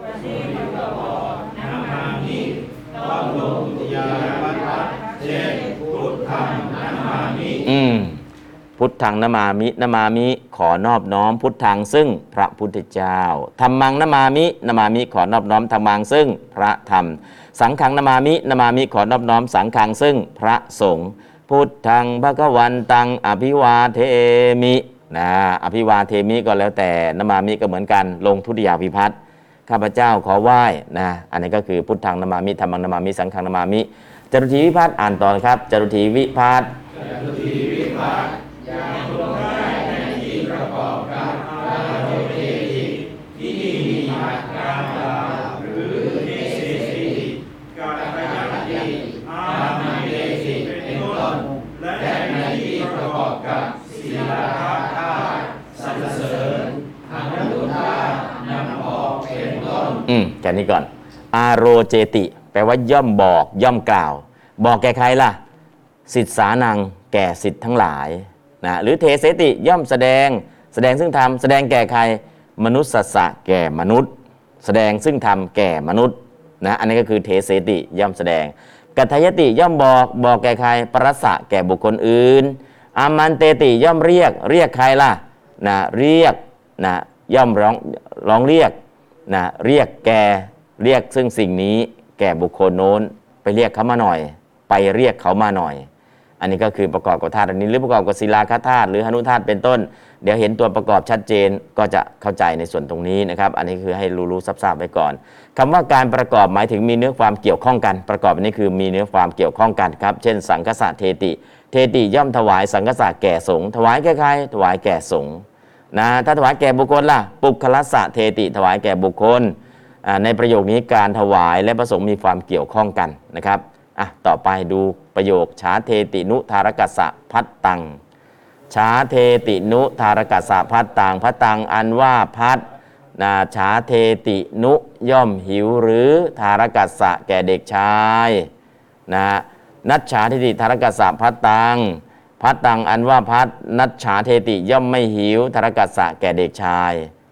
Speaker 3: อืมพุทธังนมามินมามิขอนอบน้อมพุทธังซึ่งพระพุทธเจ้าธัมมังนมามินมามิขอนอบน้อมธัมมังซึ่งพระธรรมสังฆังนมามินมามิขอนอบน้อมสังฆังซึ่งพระสงฆ์พุทธังภคะวันตังอภิวาเทมินะอภิวาเทมิก็แล้วแต่นมามิก็เหมือนกันลงทุติยาภิพัฒน์ข้าพเจ้าขอไหว้นะอันนี้ก็คือพุทธังนมามิธัมมังนมามิสังฆังนมามิจตุถีวิภัตอ่านต่อครับจตุถีวิภัตจตุถีวิภัตยังลงได้ในที่ประกอบกับอาโรเทติที่มีอาการตาหรือเทเสติกายยัตติอามาเดสิเป็นต้นและในที่ประกอบกับศีลธาตุสรรเสริญอนุตตานำออกเป็นต้นอืมแค่นี้ก่อนอาโรเจติแปลว่าย่อมบอกย่อมกล่าวบอกแก่ใครล่ะสิทธานังแก่สิทธิ์ทั้งหลายนะหรือเทเสติย่อมแสดงแสดงซึ่งธรรมแสดงแก่ใครมนุษย์สัสสะแก่มนุษย์แสดงซึ่งธรรมแก่มนุษย์นะอันนี้ก็คือเทเสติย่อมแสดงกัตถยติย่อมบอกบอกแก่ใครปรัสสะแก่บุคคลอื่นอามันเตติย่อมเรียกเรียกใครล่ะนะเรียกนะย่อมร้องร้องเรียกนะเรียกแก่เรียกซึ่งสิ่งนี้แก่บุคคลโน้นไปเรียกเขามาหน่อยไปเรียกเขามาหน่อยอันนี้ก็คือประกอบกับธาตุอันนี้หรือประกอบกับศิลาคธาตุหรือหนุธาตุเป็นต้นเดี๋ยวเห็นตัวประกอบชัดเจนก็จะเข้าใจในส่วนตรงนี้นะครับอันนี้คือให้รู้รู้ทราบๆไว้ก่อนคำว่าการประกอบหมายถึงมีเนื้อความเกี่ยวข้องกันประกอบอันนี้คือมีเนื้อความเกี่ยวข้องกันครับเช่นสังฆสะเทติเทติย่อมถวายสังฆสะแก่สงฆ์ถวายแก่ใครถวายแก่สงฆ์นะถ้าถวายแก่บุคคลล่ะปุคละสะเทติถวายแก่บุคคลในประโยคนี้การถวายและพระสงฆ์มีความเกี่ยวข้องกันนะครับอ่ะต่อไปดูประโยคฉาเทตินุธารกัสสะพัตตังฉาเทตินุธารกัสสะพัตตังพัตตังอันว่าพัตนาฉาเทตินุย่อมหิวหรือธารกัสสะแก่เด็กชายนะนัจฉาเทติธารกัสสะพัตตังพัตตังอันว่าพัตนัจฉาเทติย่อมไม่หิวธารกัสสะแก่เด็กชาย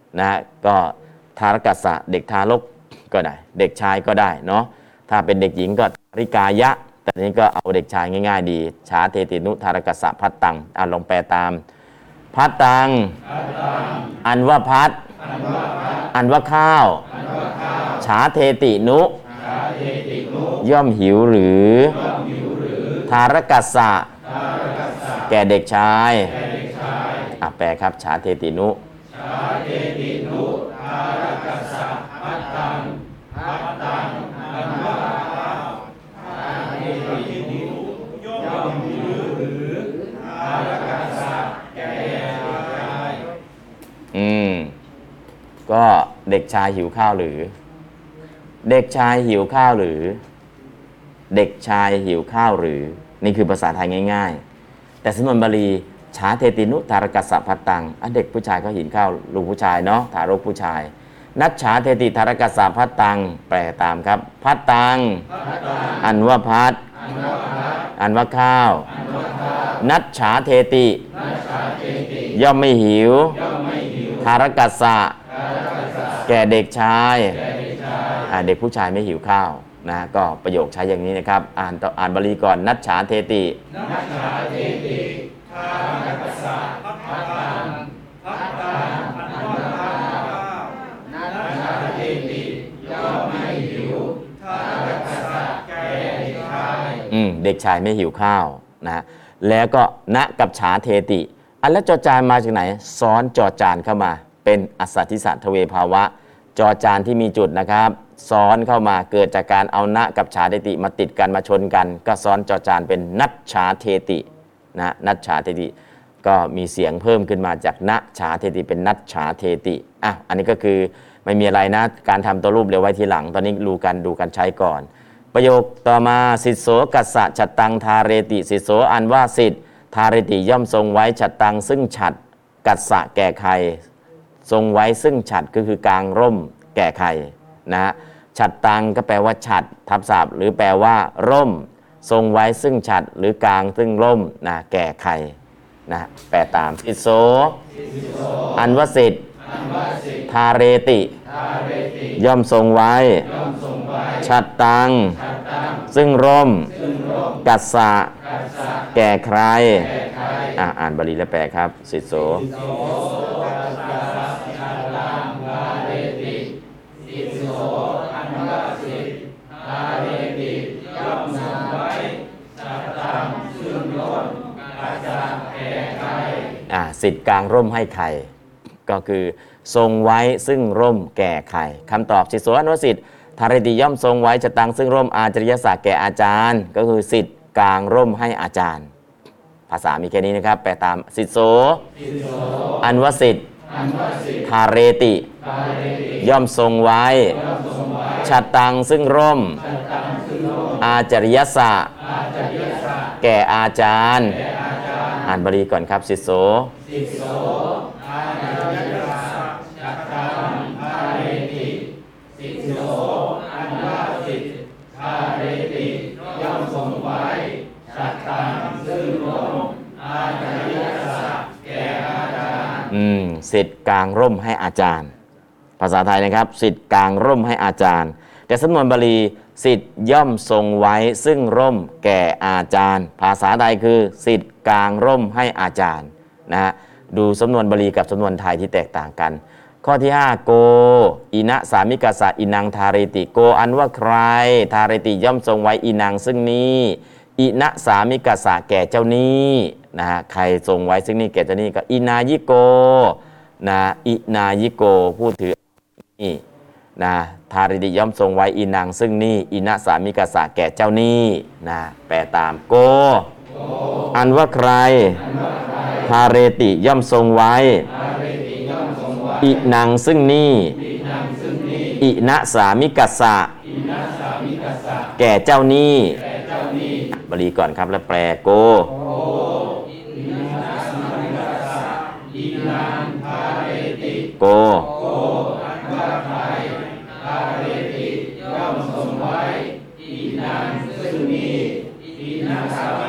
Speaker 3: นะฮะก็ทารกัสสะเด็กทารกก็ได้เด็กชายก็ได้เนาะถ้าเป็นเด็กหญิงก็ริกายะแต่นี้ก็เอาเด็กชายง่ายๆดีชาเทตินุทารกัสสะพัตตังอ่านลองแปลตามพัตตังอันว่าพัดอันว่าข้าวชาเทตินุย่อมหิวหรือทารกัสสะแก่เด็กชายอ่ะแปลครับชาเทตินุอืมก็เด็กชายหิวข้าวหรือเด็กชายหิวข้าวหรือเด็กชายหิวข้าวหรือนี่คือภาษาไทยง่ายๆแต่สำนวนบาลีชาเทตินุทารกัสสะพัตตังอ่ะเด็กผู้ชายก็หิวข้าวลูกผู้ชายเนาะทารกผู้ชายนัชชาเทติทารกัสสะพัตตังแปลตามครับพัตตังอันว่าพัดอันว่าข้าวนัชชาเทติย่อมไม่หิวทารกัสสะแก่เด็กชายเด็กผู้ชายไม่หิวข้าวนะก็ประโยคใช้อย่างนี้นะครับอ่านอ่านบาลีก่อนนัชชาเทตินัชชาเทติทารกัสสะพัตตังพัตตังอันว่าข้าวนัชชาเทติย่อมไม่หิวทารกัสสะแก่เด็กชายอืมเด็กชายไม่หิวข้าวนะแล้วก็ณกับฉาเทติอันแล้วจอจานมาจากไหนซ้อนจอจานเข้ามาเป็นอสัตถิสัทเวภาวะจอจานที่มีจุดนะครับซ้อนเข้ามาเกิดจากการเอาณกับฉาเทติมาติดกันมาชนกันก็ซ้อนจอจานเป็นนัชชาเทตินะนัชชาเทติก็มีเสียงเพิ่มขึ้นมาจากณชาเทติเป็นนัชชาเทติอ่ะอันนี้ก็คือไม่มีอะไรนะการทำตัวรูปเดี๋ยวไว้ทีหลังตอนนี้ดูกันดูกันใช้ก่อนประโยคต่อมาสิทโสกัสสะฉัตตังทาเรติสิทโสอันว่าสิทธิทาเรติย่อมทรงไว้ฉัตตังซึ่งฉัตรกัสสะแก่ใครทรงไว้ซึ่งฉัตรก็คือกลางร่มแก่ใครนะฉัตตังก็แปลว่าฉัตรทับศัพท์หรือแปลว่าร่มทรงไว้ซึ่งฉัตรหรือกลางซึ่งร่มนะแก่ใครนะแปลตามสิทโสอันว่าสิทธิทาเรติย่อมทรงไว้ฉัตตังซึ่งร่มกัสสะแก่ใครอ่ะอ่านบาลีและแปลครับสิทโสอ่ะสิทธิ์กลางร่มให้ใครก็คือทรงไว้ซึ่งร่มแก่ใครคำตอบสิทโสอนุสิทธิ์ทาเรติย่อมทรงไว้จะตังซึ่งร่มอาจริยศักดิ์แก่อาจารย์ก็คือสิทธิ์กลางร่มให้อาจารย์ภาษามีแค่นี้นะครับแปลตามสิทโสอันวสิทธิ์ทาเรติย่อมทรงไว้ฉัตตังซึ่งร่มอาจริยศักดิ์แก่อาจารย์อ่านบาลีก่อนครับสิทโสอืมสิทธิ์กลางร่มให้อาจารย์ภาษาไทยนะครับสิทธิ์กลางร่มให้อาจารย์แต่สำนวนบาลีสิทธิ์ย่อมทรงไว้ซึ่งร่มแก่อาจารย์ภาษาไทยคือสิทธิ์กลางร่มให้อาจารย์นะฮะดูสำนวนบาลีกับสำนวนไทยที่แตกต่างกันข้อที่ห้าโกอินะสามิกัสสะอินังทาเรติโกอันว่าใครทาเรติย่อมทรงไว้อินังซึ่งนี้อินะสามิกัสสะแก่เจ้านี้นะฮะใครทรงไว้ซึ่งนี้แก่เจ้านี้ก็อินายิโกนะอินายิโกผู้ถือนี่นะทาริติย่อมทรงไว้อินังซึ่งนี่อินะสามิกัสสะแก่เจ้านี้นะแปลตามโกอันว่าใครทาเรติย่อมทรงไว้อินังซึ่งนี่อินะสามิกัสสะแก่เจ้านี้บาลีก่อนครับแล้วแปลโกโก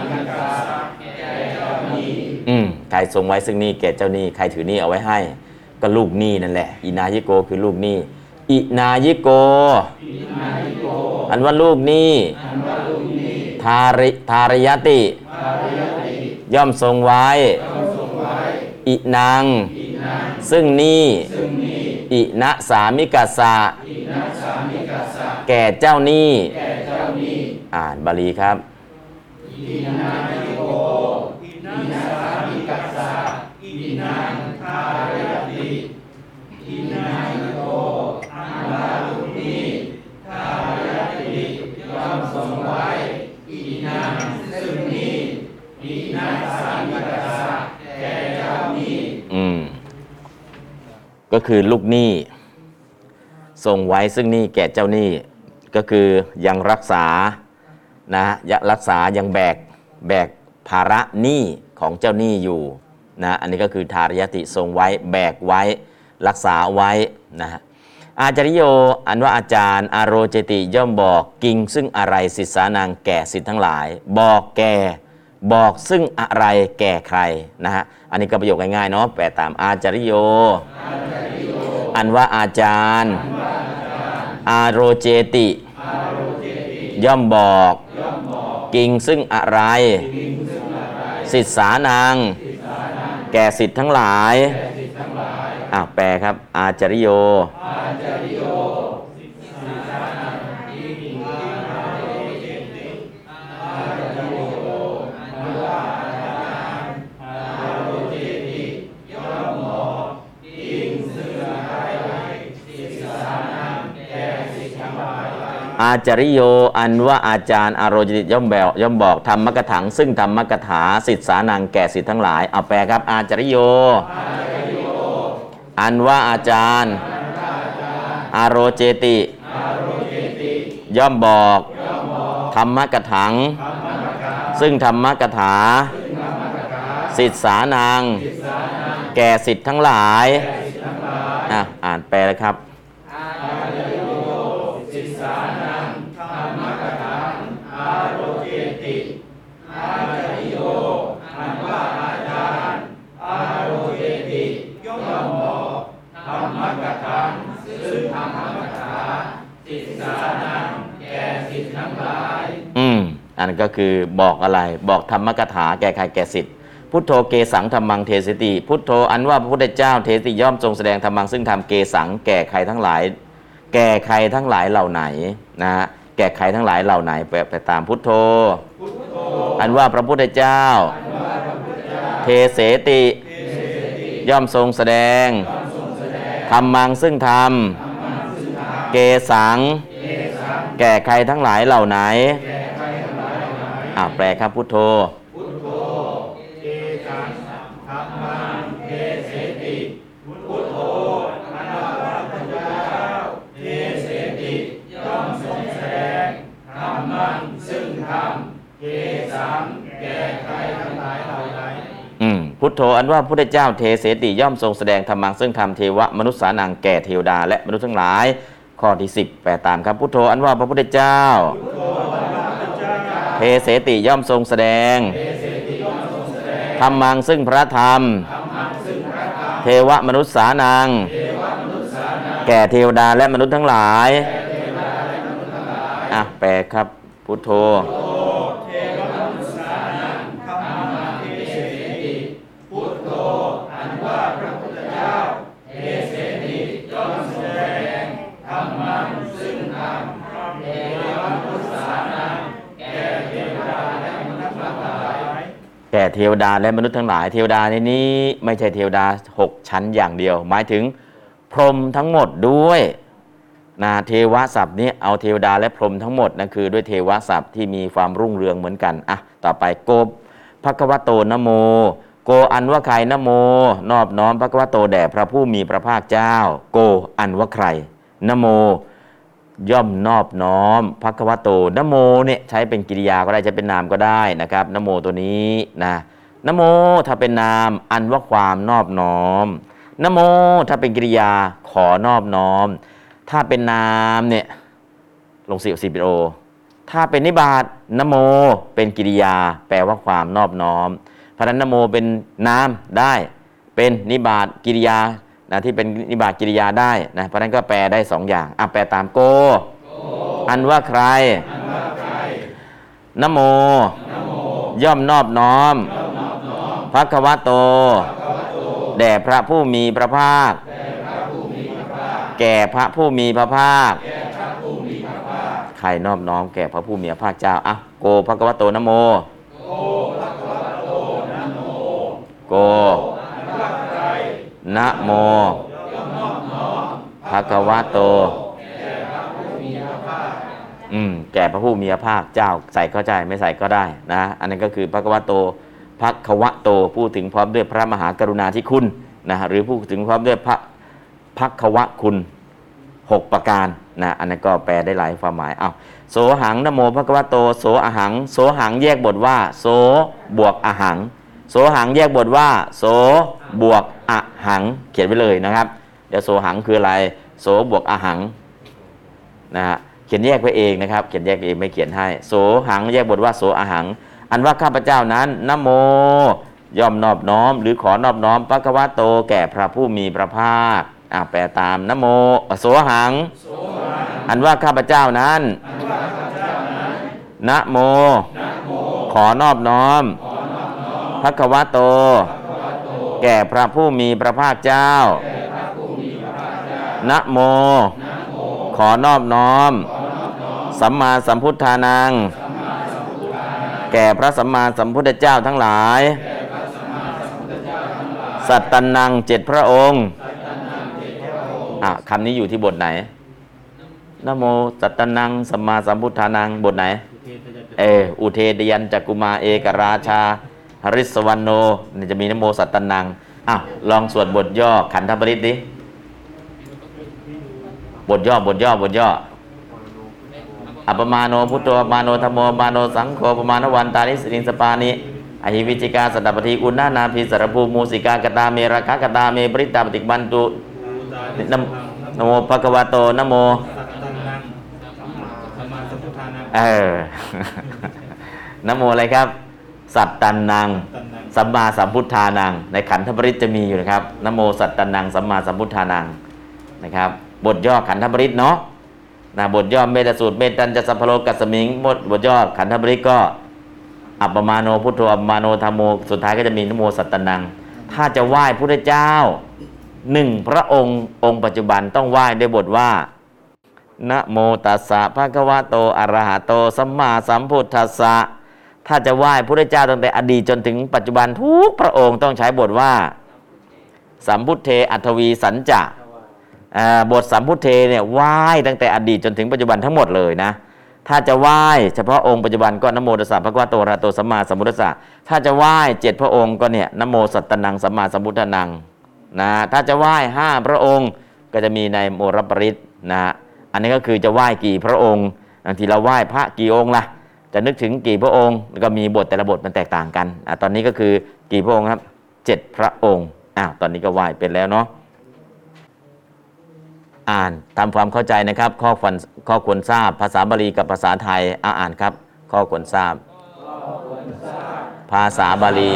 Speaker 3: อืมใครทรงไว้ซึ่งนี่แก่เจ้านี้ใครถือนี่เอาไว้ให้ก็ลูกหนี้นั่นแหละอินายิโกคือลูกหนี้อินายิโกอันว่าลูกหนี้ทาริทารยติย่อมทรงไว้อินางซึ่งหนี้อินะสามิกัสสะแก่เจ้าหนี้อ่านบาลีครับ
Speaker 4: อินายิโกอินาสามิกัสสะอินังทารยติอินายิโกอันว่าลูกหนี้ทารยติย่อมทรงไว้อินังซึ่งหนี้อินาสามิกัสสะแก่เจ้าหนี้
Speaker 3: อืมก็คือลูกหนี้ทรงไว้ซึ่งหนี้แก่เจ้าหนี้ก็คือยังรักษานะยังรักษายังแบกแบกภาระหนี้ของเจ้าหนี้อยู่นะอันนี้ก็คือทารยติทรงไว้แบกไว้รักษาไว้นะฮะอาจาริโยอันว่าอาจารย์อโรเจติย่อมบอกกิงซึ่งอะไรศิษสานางแก่ศิษย์ทั้งหลายบอกแก่บอกซึ่งอะไรแก่ใครนะฮะอันนี้ก็ประโยคง่ายๆเนาะแปลตามอาจาริโยอันว่าอาจารย์อโรเจติย่อมบอกกิงซึ่งอะไรศิษสานางแก่ศิษย์ทั้งหลายอ่ะแปลครับอาจาริโยอาจาริโยอันว่าอาจารย์อโรจติย่อมบอกย่อมบอกธรรมกถังซึ่งธรรมกถาศิษสานังแก่ศิษย์ทั้งหลายเอาแปลครับอาจาริโยอันว่าอาจารย์อโรเจติย่อมบอกธรรมกถังซึ่งธรรมกถาศิษสานังแก่ศิษย์ทั้งหลายอ่ะอ่านแปลเลยครับอืมอันก็คือบอกอะไรบอกธรรมกถาแก่ใครแก่ศิษย์พุทโธเกสังธรรมังเทสิติพุทโธอันว่าพระพุทธเจ้าเทสิย่อมทรงแสดงธรรมังซึ่งธรรมเกสังแก่ใครทั้งหลายแก่ใครทั้งหลายเหล่าไหนนะฮะแก่ใครทั้งหลายเหล่าไหนไปไปตามพุทโธอันว่าพระพุทธเจ้าเทเสติย่อมทรงแสดงธรรมังซึ่งธรรมเกสังแก่ใครทั้งหลายเหล่าไหนอ่าแปลครับพุทโธ
Speaker 4: พุทโธเกสังธรรมังเทเสติพุทโธอันว่าพระพุทธเจ้าเทเสติย่อมทรงแสดงธรรมังซึ่งธรรมเกสังแก่ใครทั้งหลายเหล่าไหน
Speaker 3: อืมพุทโธอันว่าพระพุทธเจ้าเทเสติย่อมทรงแสดงธรรมังซึ่งธรรมเทวมนุษย์สานังแก่เทวดาและมนุษย์ทั้งหลายข้อที่สิบแปลตามครับพุทโธอันว่าพระพุทธเจ้าเทเสติย่อมทรงแสดงธรรมังซึ่งพระธรรมเทวมนุษย์สานังแก่เทวดาและมนุษย์ทั้งหลายอ่ะแปลครับพุทโธแก่เทวดาและมนุษย์ทั้งหลายเทวดาในนี้ไม่ใช่เทวดาหกชั้นอย่างเดียวหมายถึงพรหมทั้งหมดด้วยนะเทวศัพท์นี้เอาเทวดาและพรหมทั้งหมดนั่นคือด้วยเทวศัพท์ที่มีความรุ่งเรืองเหมือนกันอ่ะต่อไปโกภควโตนะโมโกอันว่าใครนะโมนอบน้อมภควโตแด่พระผู้มีพระภาคเจ้าโกอันว่าใครนะโมย่อมนอบน้อมภควโตนะโมเนี่ยใช้เป็นกิริยาก็ได้ใช้เป็นนามก็ได้นะครับนะโมตัวนี้นะนะโมถ้าเป็นนามอันว่าความนอบน้อมนะโมถ้าเป็นกิริยาขอนอบน้อมถ้าเป็นนามเนี่ยลงสิบสิบโอถ้าเป็นนิบาตนะโมเป็นกิริยาแปลว่าความนอบน้อมเพราะฉะนั้นนะโมเป็นนามได้เป็นนิบาตกิริยานะที่เป็นนิบาตกิริยาได้นะเพราะนั้นก็แปลได้สองอย่างอ่ะแปลตามโกอันว่าใครนะโมย่อมนอบน้อมภควโตแด่พระผู้มีพระภาคแก่พระผู้มีพระภาคใครนอบน้อมแก่พระผู้มีพระภาคเจ้าอ่ะโกภควโตนะโมโกนะโมภควโตอืมแก่พระผู้มีพระภาคเจ้าใส่ก็ได้ไม่ใส่ก็ได้นะอันนั้นก็คือภควโตภควโตพูดถึงพร้อมด้วยพระมหากรุณาธิคุณนะหรือพูดถึงพร้อมด้วยพระภควคุณหกประการนะอันนั้นก็แปลได้หลายความหมายอ้าวโสหังนะโมภควโตโสอหังโสหังแยกบทว่าโสบวกอหังโสหังแยกบทว่าโสบวกอหังเขียนไว้เลยนะครับเดี๋ยวโสหังคืออะไรโสบวกอหังนะฮะเขียนแยกไว้เองนะครับเขียนแยกเองไม่เขียนให้โสหังแยกบทว่าโสอหังอันว่าข้าพเจ้านั้นนะโมย่อมนอบน้อมหรือขอนอบน้อมภควโตแก่พระผู้มีพระภาคอ่ะแปลตามนะโมโสหังอันว่าข้าพเจ้านั้นนะโมขอนอบน้อมภควโตแก่พระผู้มีพระภาคเจ้านะโมขอนอบน้อมสัมมาสัมพุทธานังแก่พระสัมมาสัมพุทธเจ้าทั้งหลายสัตตันนังเจ็ดพระองค์อ่ะคำนี้อยู่ที่บทไหนนะโมสัตตันนังสัมมาสัมพุทธานังบทไหนเอออุเทดยันจักกุมาเอกราชาหริสวรรณโนนี่จะมีนะโมสัตตันนังอ่ะลองสวดบทย่อขันธปริตดิบทย่อบทย่อบทย่ออัปปมาโนพุทโธปมาโนธัมโมปมาโนสังโฆปมาณวันตานิสิริสปานิอหิวิจิกาสัตตปฏิอุณนานาภิสารภูมูสิกากตาเมราคะกตาเมปริตตาปฏิบันตุนะโมภควโตนะโมเออนะโมอะไรครับสัตตันนังสัมมาสัมพุทธานังในขันธปริตจะมีอยู่นะครับนะโมสัตตันนังสัมมาสัมพุทธานังนะครับบทย่อขันธปริตเนาะนะบทย่อเมตสูตรเมตัญจะสัพพโลกัสสมิงหมดบทย่อขันธปริตก็อัปปมาโนพุทโธอัปปมาโนธัมโมสุดท้ายก็จะมีนะโมสัตตันนังถ้าจะไหว้พระพุทธเจ้าหนึ่งพระองค์องค์ปัจจุบันต้องไหว้ด้วยบทว่านะโมตัสสะภะคะวะโตอะระหะโตสัมมาสัมพุทธัสสะถ้าจะไหว้พระพุทธเจ้าตั้งแต่อดีตจนถึงปัจจุบันทุกพระองค์ต้องใช้บทว่าสัมพุทเทอัทวีสัญจะบทสัมพุทเทเนี่ยไหว้ตั้งแต่อดีตจนถึงปัจจุบันทั้งหมดเลยนะถ้าจะไหว้เฉพาะองค์ปัจจุบันก็นะโมตัสสะภะคะวะโตอะระหะโตสัมมาสัมพุทธัสสะถ้าจะไหว้เจ็ดพระองค์ก็เนี่ยนะโมสัตตนังสัมมาสัมพุทธานังนะถ้าจะไหว้ห้าพระองค์ก็จะมีในโมรปริตนะอันนี้ก็คือจะไหว้กี่พระองค์บางทีเราไหว้พระกี่องค์ล่ะจะนึกถึงกี่พระองค์ก็มีบทแต่ละบทมันแตกต่างกันอ่ะตอนนี้ก็คือกี่พระองค์ครับเจ็ดพระองค์อ้าวตอนนี้ก็ไหว้เป็นแล้วเนาะอ่านทำความเข้าใจนะครับข้อควรข้อควรทราบภาษาบาลีกับภาษาไทยอ่าอ่านครับข้อควรทราบภาษาบาลี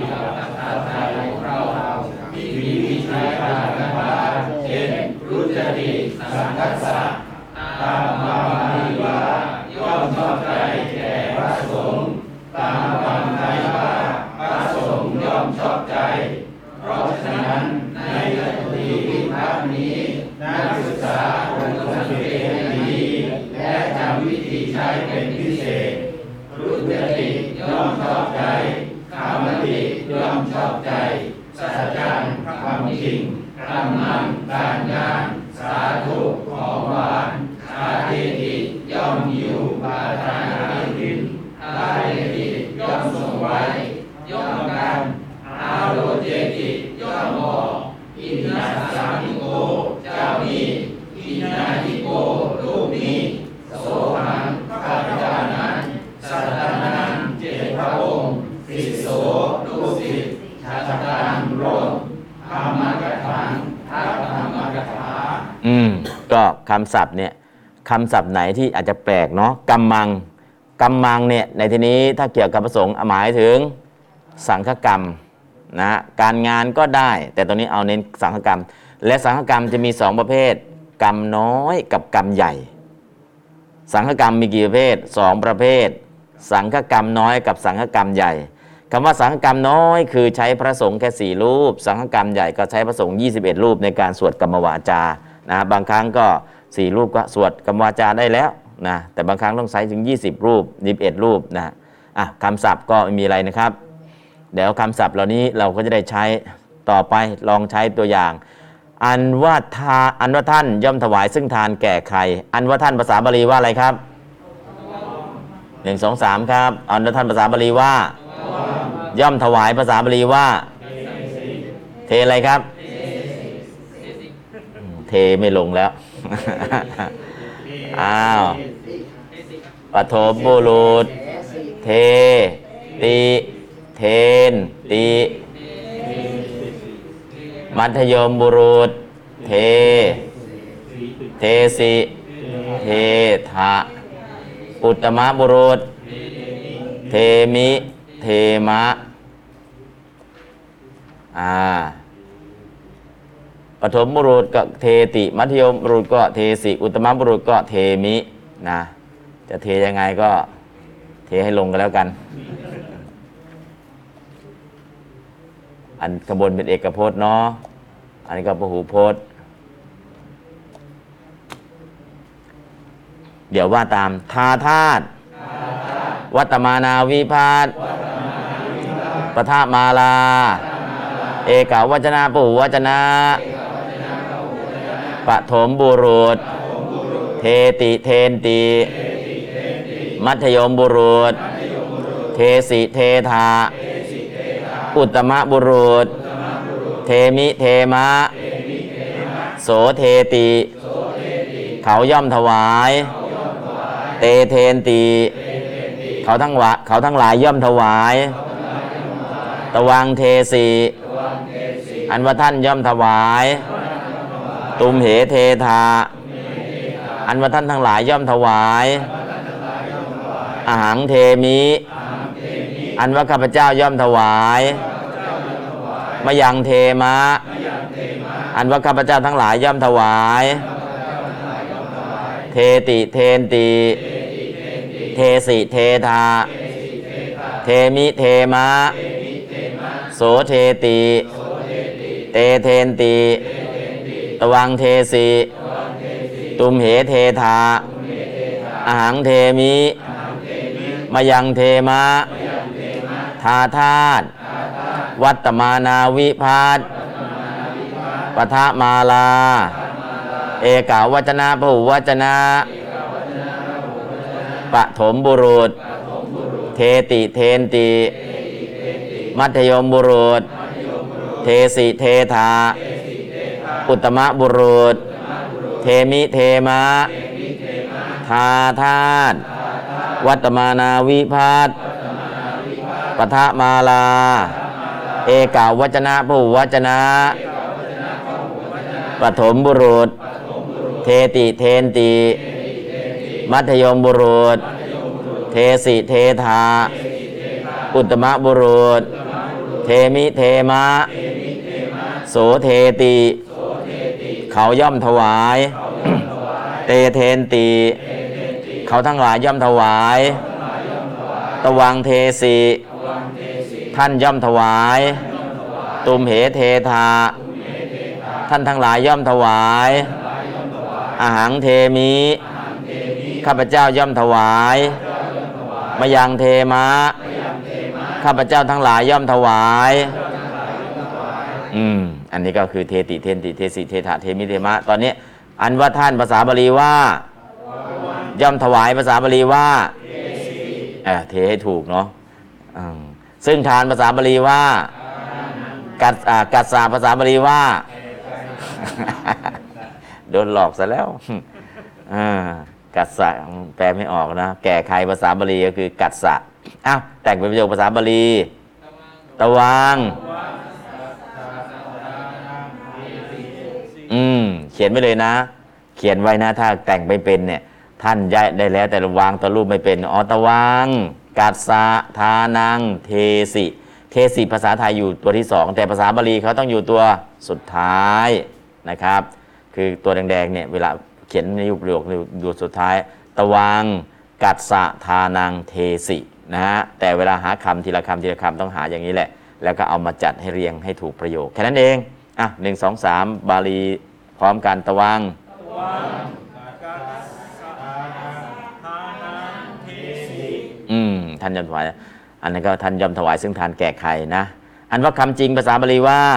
Speaker 4: รุจติสังคัสสะตามมาลีว่าย่อมชอบใจแก่พระสงฆ์ตามความในว่าพระสงฆ์ย่อมชอบใจเพราะฉะนั้นในจตุรีวิภักนี้นักศึกษาควรสังเกตให้ดีและจำวิธีใช้เป็นพิเศษรุจติย่อมชอบใจคามติย่อมชอบใจสัจจังความจริงธรรมังการงานสาธุของหวานอาเทติย่อมอยู่ปาทานาทินอาเทติย่อมส่งไว้ย่อมกันอาโรเจติย่อมบอกอินนาสามิโกเจ้านี้อินนาทิโกรูปนี้โสหังข้าพเจ้านั้นสัตตานังเจ็ดพระองค์สิโสลูกศิษย์ชาตการรวมธรรมกถังทัพธรรมกถา
Speaker 3: อืมก็คำศัพท์เนี่ยคำศัพท์ไหนที่อาจจะแปลกเนาะกัมมังกัมมังเนี่ยในที่นี้ถ้าเกี่ยวกับพระสงฆ์หมายถึงสังฆกรรมนะการงานก็ได้แต่ตรงนี้เอาเน้นสังฆกรรมและสังฆกรรมจะมีสองประเภทกรรมน้อยกับกรรมใหญ่ สังฆกรรมมีกี่ประเภทสองประเภทสังฆกรรมน้อยกับสังฆกรรมใหญ่คำว่าสังฆกรรมน้อยคือใช้พระสงฆ์แค่สี่รูปสังฆกรรมใหญ่ก็ใช้พระสงฆ์ยี่สิบเอ็ดรูปในการสวดกรรมวาจานะบางครั้งก็สี่รูปก็สวดกรรมวาจาได้แล้วนะแต่บางครั้งต้องใช้ถึงยี่สิบรูปยี่สิบเอ็ดรูปนะอ่ะคำศัพท์ก็ไม่มีอะไรนะครับเดี๋ยวคำศัพท์เหล่านี้เราก็จะได้ใช้ต่อไปลองใช้ตัวอย่างอันว่าทาอันว่าท่านย่อมถวายซึ่งทานแก่ใครอันว่าท่านภาษาบาลีว่าอะไรครับหนึ่งสองสามครับอันว่าท่านภาษาบาลีว่าย่อมถวายภาษาบาลีว่าเทอะไรครับเทไม่ลงแล้วอ้าวปฐมบุรุษเทติเทนติมัธยมบุรุษเทเทสิเทถะอุตตมบุรุษเทมิเทมะอ่าปฐมบุรุษก็เทติมัธยมบุรุษก็เทสิอุตตมบุรุษก็เทมินะจะเทยังไงก็เทให้ลงกันแล้วกันอันขบวนเป็นเอกพจน์เนาะอันนี้ก็พหูพจน์เดี๋ยวว่าตามทาธาตุวัตมานาวิพาทปทามาลาเอกาวจนะปุวจนะปฐมบุรุษเทติเทนติมัธยมบุรุษเทสิเทธาอุตตมบุรุษเทมิเทมะโสเทติเขาย่อมถวายเตเทนติเขาทั้งวะเขาทั้งหลายย่อมถวายตวังเทสีอันว่าท่านย่อมถวายตุมเหเทธาอันว่าท่านทั้งหลายย่อมถวายอาหังเทมิอันว่าข้าพเจ้าย่อมถวายมะยังเทมะอันว่าข้าพเจ้าทั้งหลายย่อมถวายเทติเทนติเทสิเทธาเทมิเทมะโสเทติเตเทนติตวังเทสิตุมเหเทธาอาหังเทมิมะยังเทมะทาธาตุวัตมานาวิพาทปทามาลาเอกาวจนะพหูวจนะปฐมบุรุษเทติเทนติมัธยมบุรุษเทสิเทธาอุตตมบุรุษเทมิเทมะทาธาตุวัตมานาวิพาทปทามาลาเอกาวจนะพหูวจนะปฐมบุรุษเทติเทนติมัธยมบุรุษเทสิเทธาอุตตมบุรุษเทมิเทมะโสเทติเขาย่อมถวายเตเทนติเขาทั้งหลายย่อมถวายตวังเทสิท่านย่อมถวายตุมเหเทธาท่านทั้งหลายย่อมถวายอาหังเทมิข้าพเจ้าย่อมถวายมะยังเทมะข้าพเจ้าทั้งหลายย่อมถวายอืมอันนี้ก็คือเทติเทนติเทสิเทธะเทมิเทมะตอนนี้อันว่าท่านภาษาบาลีว่าย่อมถวายภาษาบาลีว่าเออเทให้ถูกเนาะซึ่งทานภาษาบาลีว่ากัดกัดสาภาษาบาลีว่าโดนหลอกซะแล้วกัดสะแปลไม่ออกนะแก่ใครภาษาบาลีก็คือกัดสะอ้าวแต่งเป็นประโยคภาษาบาลีตวังอืมเขียนไว้เลยนะเขียนไว้นะถ้าแต่งไม่เป็นเนี่ยท่านย้ายได้แล้วแต่วางตัวรูปไม่เป็นอ๋อตวังกัดสะทานังเทสิเทสิภาษาไทยอยู่ตัวที่สองแต่ภาษาบาลีเขาต้องอยู่ตัวสุดท้ายนะครับ คือตัวแดงๆเนี่ยเวลาเขียนในยุคประโยคดูสุดท้ายตวังกัสสะทานังเทสินะฮะแต่เวลาหาคำทีละคำทีละคำต้องหาอย่างนี้แหละแล้วก็เอามาจัดให้เรียงให้ถูกประโยคแค่นั้นเองอ่ะหนึ่งสองสามบาลีพร้อมกันตวังอืมท่านยอมถวายอันนั้นก็ท่านยอมถวายซึ่งทานแก่ใครนะอันว่าคำจริงภาษาบาลีว่า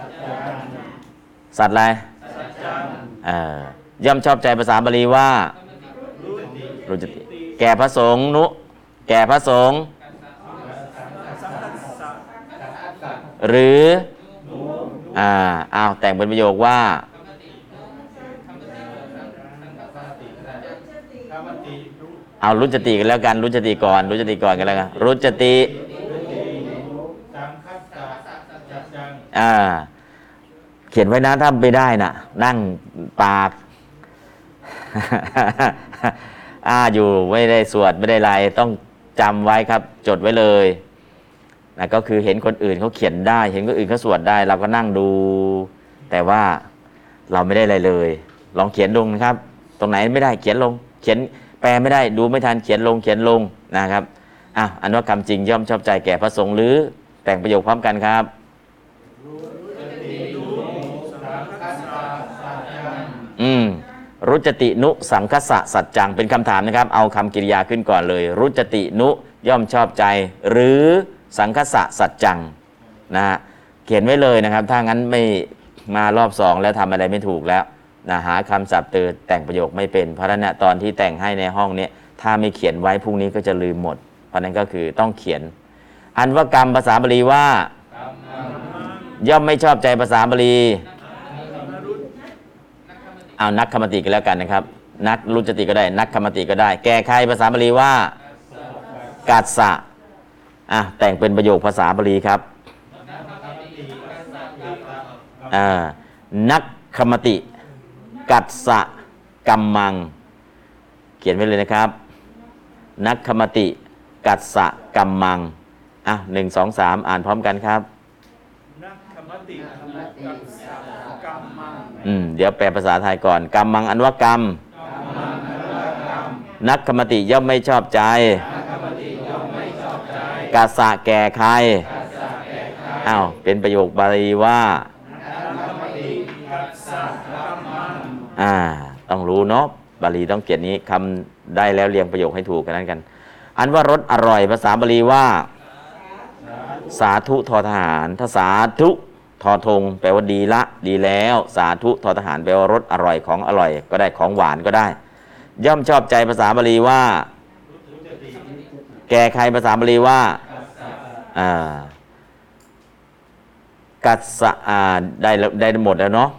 Speaker 3: สัตว์อะไรเอ่อย่อมชอบใจภาษาบาลีว่ารุจติแก่พระสงฆ์นุแก่พระสงฆ์หรืออ่าอ้าวแต่งเป็นประโยคว่าเอารุจติกันแล้วกันรุจติก่อนรุจติก่อนกันแล้วกันรุจติอ่าเขียนไว้นะถ้าไม่ได้น่ะนั่งปากอ่าอยู่ไม่ได้สวดไม่ได้ไรต้องจำไว้ครับจดไว้เลยนะก็คือเห็นคนอื่นเขาเขียนได้เห็นคนอื่นเขาสวดได้เราก็นั่งดูแต่ว่าเราไม่ได้อะไรเลยลองเขียนลงนะครับตรงไหนไม่ได้เขียนลงเขียนแปลไม่ได้ดูไม่ทันเขียนลงเขียนลงนะครับอ้าวอันว่าคำจริงย่อมชอบใจแก่พระสงฆ์หรือแต่งประโยคพร้อมกันครับอืมรุจตินุสังคสะสัจจังเป็นคำถามนะครับเอาคำกริยาขึ้นก่อนเลยรุจตินุย่อมชอบใจหรือสังคสะสัจจังนะฮะเขียนไว้เลยนะครับถ้างั้นไม่มารอบสองแล้วทำอะไรไม่ถูกแล้วนะหาคำศัพท์เติมแต่งประโยคไม่เป็นเพราะฉะนั้นตอนที่แต่งให้ในห้องนี้ถ้าไม่เขียนไว้พรุ่งนี้ก็จะลืมหมดเพราะนั้นก็คือต้องเขียนอันว่ากรรมภาษาบาลีว่าย่อมไม่ชอบใจภาษาบาลีเอานักคมติกันแล้วกันนะครับนักรุจติก็ได้นักคมติก็ได้แก่ใครภาษาบาลีว่ากัสสะอ่ะแต่งเป็นประโยคภาษาบาลีครับอ่านักคมติกัสสะกัมมังเขียนไว้เลยนะครับนักคมติกัสสะกัมมังอ่ะหนึ่งสองสามอ่านพร้อมกันครับ
Speaker 4: นักคมติกัสสะกัมมัง
Speaker 3: อืมเดี๋ยวแปลภาษาไทยก่อนกัมมังอันว่ากรรมนักคมติย่อมไม่ชอบใจกัสสะแก่ใครอ้าวเป็นประโยคบาลีว่าอ่าต้องรู้เนาะบาลีต้องเขียนนี้คำได้แล้วเรียงประโยคให้ถูกกันนั้นกันอันว่ารสอร่อยภาษาบาลีว่าสาธุทอทหารถ้าสาธุทอทงแปลว่าดีละดีแล้วสาธุทอทหารแปลว่ารสอร่อยของอร่อยก็ได้ของหวานก็ได้ย่อมชอบใจภาษาบาลีว่าแก่ใครภาษาบาลีว่าอ่ากัสสะอ่าได้ได้หมดแล้วเนาะ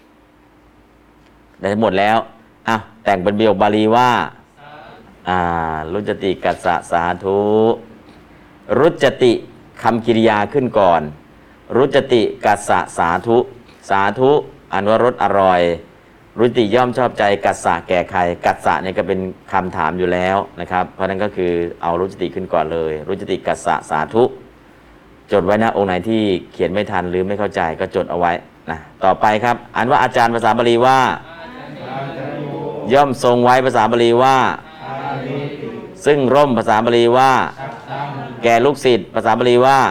Speaker 3: ได้หมดแล้วอ่ะแต่งเป็นประโยคบาลีว่าอ่ารุจติกัสสะสาธุรุจติคำกริยาขึ้นก่อนรุจติกัสสะสาธุสาธุอันว่ารสอร่อยรุจติย่อมชอบใจกัสสะแก่ใครกัสสะเนี่ยก็เป็นคำถามอยู่แล้วนะครับเพราะนั้นก็คือเอารุจติขึ้นก่อนเลยรุจติกัสสะสาธุจดไว้นะองค์ไหนที่เขียนไม่ทันหรือไม่เข้าใจก็จดเอาไว้นะต่อไปครับอันว่าอาจารย์ภาษาบาลีว่าย่อมทรงไว้ภาษาบาลีว่าซึ่งร่มภาษาบาลีว่าแก่ลูกศิษย์ภาษาบาลีว่า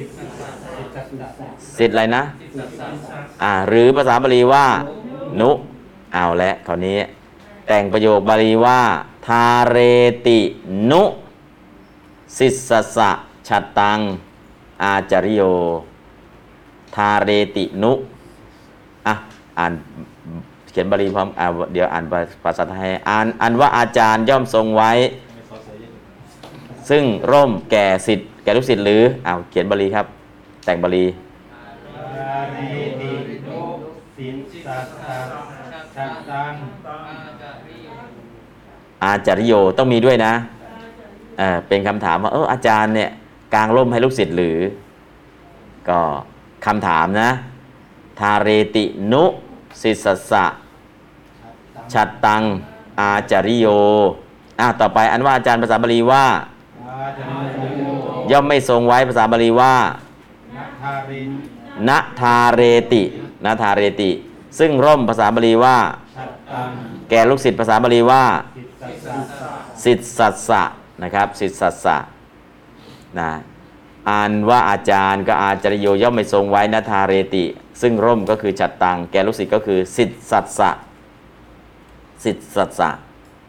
Speaker 3: ศิษย์อะไรนะอ่าหรือภาษาบาลีว่านุเอาและคราวนี้แต่งประโยคบาลีว่าทาเรตินุสิสสะฉัตตังอาจาริโยทาเรตินุอ่ะอ่านเขียนบาลีพร้อมอ่าเดี๋ยวอ่านภาษาไทยอ่านอันว่าอาจารย์ย่อมทรงไว้ซึ่งร่มแก่ศิษย์แก่ลูกศิษย์หรือเอาเขียนบาลีครับแต่งบาลีอาจาริโยต้องมีด้วยนะเออเป็นคำถามว่าเอออาจารย์เนี่ยกางร่มให้ลูกศิษย์หรือก็คำถามนะทาเรตินุสิสสะฉัตตังอาจาริโยอ่ะต่อไปอันว่าอาจารย์ภาษาบาลีว่าย่อมไม่ทรงไว้ภาษาบาลีว่าณทาเรติณทาเรติซึ่งร่มภาษาบาลีว่า
Speaker 4: ชัตตัง
Speaker 3: แก่ลูกศิษย์ภาษาบาลีว่า
Speaker 4: สิทธัสสะ
Speaker 3: สิทธัสสะนะครับสิทธัสสะนะอ่านว่าอาจารย์ก็อาจารโยย่อมไม่ทรงไว้นะทาเรติซึ่งร่มก็คือฉัตตังแก่ลูกศิษย์ก็คือสิทธัสสะสิทธัสสะ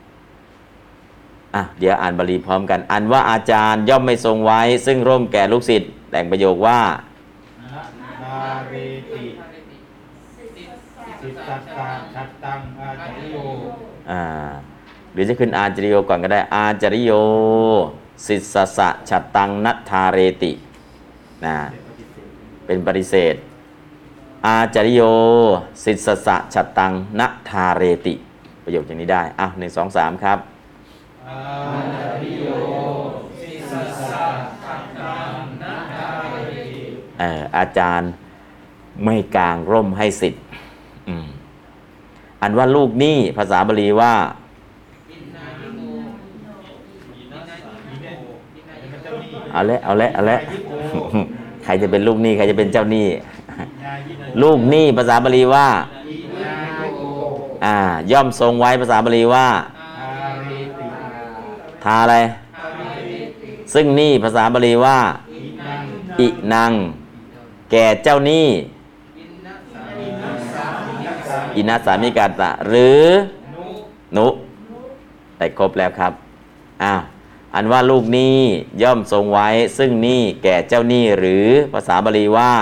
Speaker 3: อ่ะเดี๋ยวอ่านบาลีพร้อมกันอ่านว่าอาจารย์ย่อมไม่ทรงไว้ซึ่งร่มแก่ลูกศิษย์แต่งประโยคว่า
Speaker 4: นะทาเรติสิทธัสสะชัตตังอาจริโย
Speaker 3: อ่าหรือจะขึ้นอาจริโยก่อนก็ได้อาจริโยสิทธัสสะฉัตตังนัทธาเรตินะเป็นปฏิเสธอาจริโยสิทธัสสะฉัตตังนัทธาเรติประโยคอย่างนี้ได้อ่ะหนึ่งสองสามครับ
Speaker 4: อาจริโยสิทธัสสะชัตตังนะทาเรติ
Speaker 3: เอ่ออาจารย์ไม่กางร่มให้สิทธิ์อืมอันว่าลูกหนี้ภาษาบาลีว่าเอาละเอาละเอาละ ใครจะเป็นลูกหนี้ใครจะเป็นเจ้าหนี้ ลูกหนี้ภาษาบาลีว่าอ่าย่อมทรงไว้ภาษาบาลีว่าทาอะไรซึ่งหนี้ภาษาบาลีว่าอินังแก่เจ้าหนี้อินัสสามิกาตะหรือนุได้ครบแล้วครับอ้าวอันว่าลูกหนี้ย่อมทรงไว้ซึ่งหนี้แก่เจ้าหนี้หรือภาษาบาลีว่า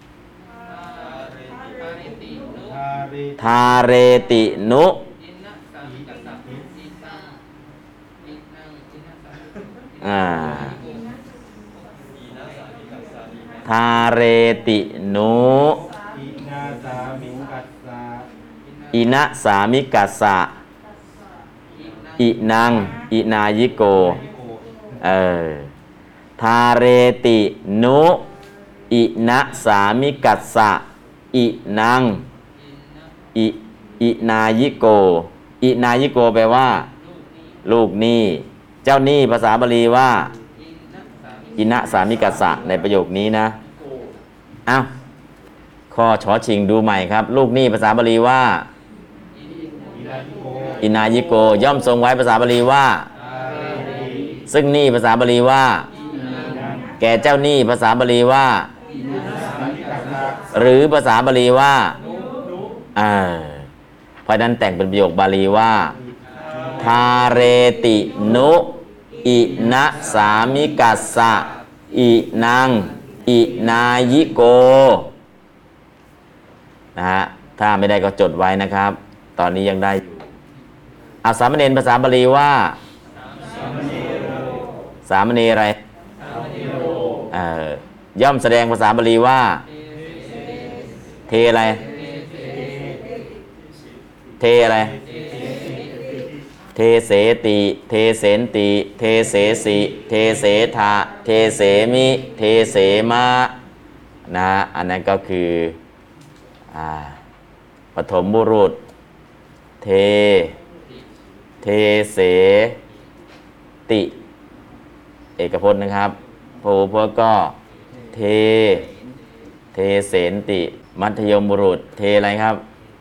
Speaker 3: ทาเรตินุอ่าทาเรตินุอินะสามิกัสสะอินังอินายิโกเออทาเรตินุอินะสามิกัสสะอินังอิอินายิโกอินายิโกแปลว่าลูกหนี้เจ้าหนี้ภาษาบาลีว่าอินะสามิกัสสะในประโยคนี้นะอ้าวข้อชอชิงดูใหม่ครับลูกหนี้ภาษาบาลีว่าอินายิโกย่อมทรงไว้ภาษาบาลีว่าซึ่งหนี้ภาษาบาลีว่าแก่เจ้าหนี้ภาษาบาลีว่าหรือภาษาบาลีว่าอ่าเพราะนั้นแต่งเป็นประโยคบาลีว่าทาเรตินุอินะสามิกัสสะอินังอินายิโกนะฮะถ้าไม่ได้ก็จดไว้นะครับตอนนี้ยังได้อยู่อาสามเณรภาษาบาลีว่าสามเณรอะไรเอ่อย่อมแสดงภาษาบาลีว่าเทอะไรเทอะไรเทเสติเทเสนติเทเสสิเทเสทะเทเสมิเทเสมะนะอันนั้นก็คืออ่าปฐมบุรุษเทเทเสติเอกพจน์นะครับพหูพจน์ก็เทเทเสนติมัธยมบุรุษเทอะไรครับ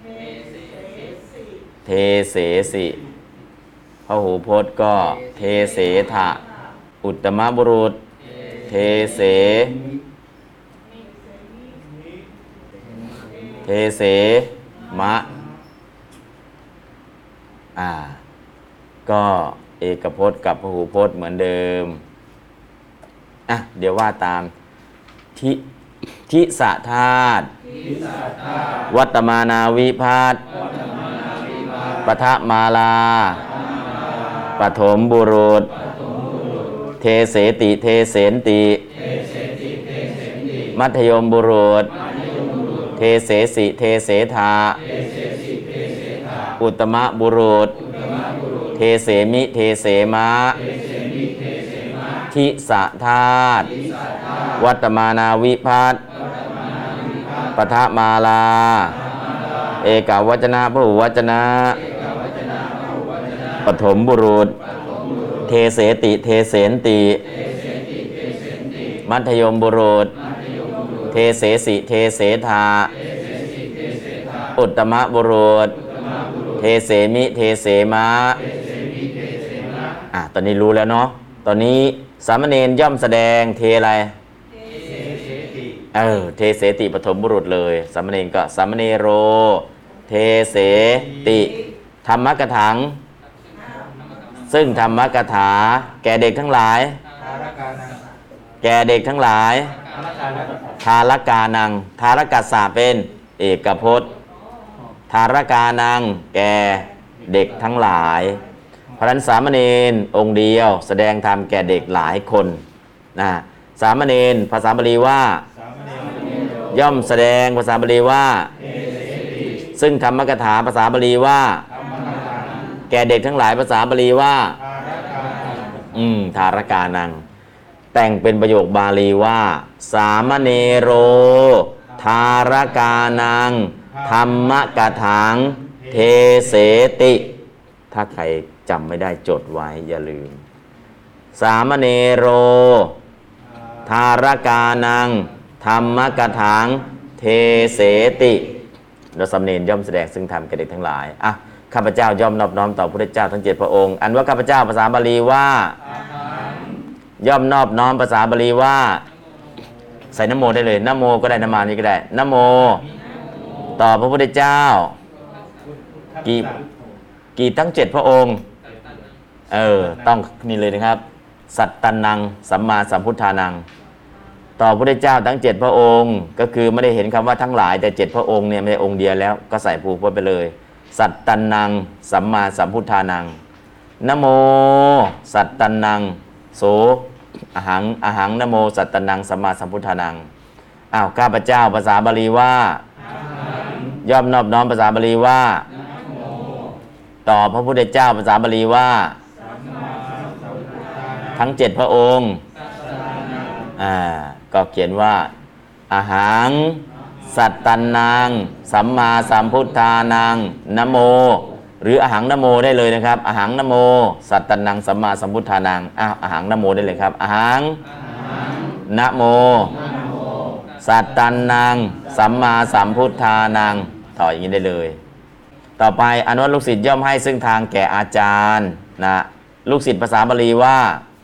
Speaker 3: เทเสสิพหูพจน์ก็เทเสทะอุตตมบุรุษเทเสเทเสมะอ่าก็เอกพจน์กับพหูพจน์เหมือนเดิมอ่ะเดี๋ยวว่าตามทิทิสะธาตุวัตตมานาวิพาทปทะมาลาปฐมบุรุษเทเสติเทเสนติมัธยมบุรุษเทเสสิเทเสทาอุตตมบุรุษเทเสมิเทเสมะทิสะธาตุวัตตมานาวิภัตปทะมาลาเอกวจนะพหูวจนะปฐมบุรุษเทเสติเทเสนติมัธยมบุรุษเทเสสิเทเสทาอุตตมบุรุษเทเสมิเทเสมะอ่ะตอนนี้รู้แล้วเนาะตอนนี้สามเณรย่อมแสดงเทอะไรเออเทเสติปฐมบุรุษเลยสามเณรก็สามเณโรเทเสติธรรมกถังซึ่งธรรมกถาแก่เด็กทั้งหลายแก่เด็กทั้งหลายทารกานังทารกัสสะเป็นเอกพจน์ทารกานังแก่เด็กทั้งหลายเพราะฉะนั้นสามเณรองค์เดียวแสดงธรรมแก่เด็กหลายคนนะสามเณรภาษาบาลีว่าย่อมแสดงภาษาบาลีว่าซึ่งธรรมกถาภาษาบาลีว่าแก่เด็กทั้งหลายภาษาบาลีว่าอืมทารกานังแต่งเป็นประโยคบาลีว่าสามเณโรทารกานังธรรมกถังเทเสติถ้าใครจำไม่ได้จดไว้อย่าลืมสามเณโรทารกานังธรรมกถังเทเสติเราสามเณรย่อมแสดงซึ่งธรรมแก่เด็กทั้งหลายอ่ะข้าพเจ้าย่อมนอบน้อมต่อพระพุทธเจ้าทั้งเจ็ดพระองค์อันว่าข้าพเจ้าภาษาบาลีว่าย่อมนอบน้อมภาษาบาลีว่าใส่นะโมได้เลยนะโมก็ได้นะมานี่ก็ได้นะโมต่อพระพุทธเจ้ากี่กี่ทั้งเจ็ดพระองค์เออต้องนี่เลยนะครับสัตตันนังสัมมาสัมพุทธานังต่อพระพุทธเจ้าทั้งเจ็ดพระองค์ก็คือไม่ได้เห็นคำว่าทั้งหลายแต่เจ็ดพระองค์เนี่ยไม่ได้องค์เดียวแล้วก็ใส่ผูกไว้ไปเลยสัตตันนังสัมมาสัมพุทธานังนะโมสัตตันนังโสอหังอหังนะโมสัตตันนังสัมมาสัมพุทธานังอ้าวข้าพเจ้าภาษาบาลีว่าย่อมนอบน้อมภาษาบาลีว่าต่อพระพุทธเจ้าภาษาบาลีว่าทั้งเจ็ดพระองค์อ่าก็เขียนว่าอหังสัตตันนังสัมมาสัมพุทธานังนะโมหรืออหังนะโมได้เลยนะครับอหังนะโมสัตตันนังสัมมาสัมพุทธานังอ้าวอหังนะโมได้เลยครับอหังนะโมสัตตันนังสัมมาสัมพุทธานังต่ออย่างนี้ได้เลยต่อไปอนุวัตลูกศิษย์ย่อมให้ซึ่งทางแก่อาจารย์นะลูกศิษย์ภาษาบาลีว่า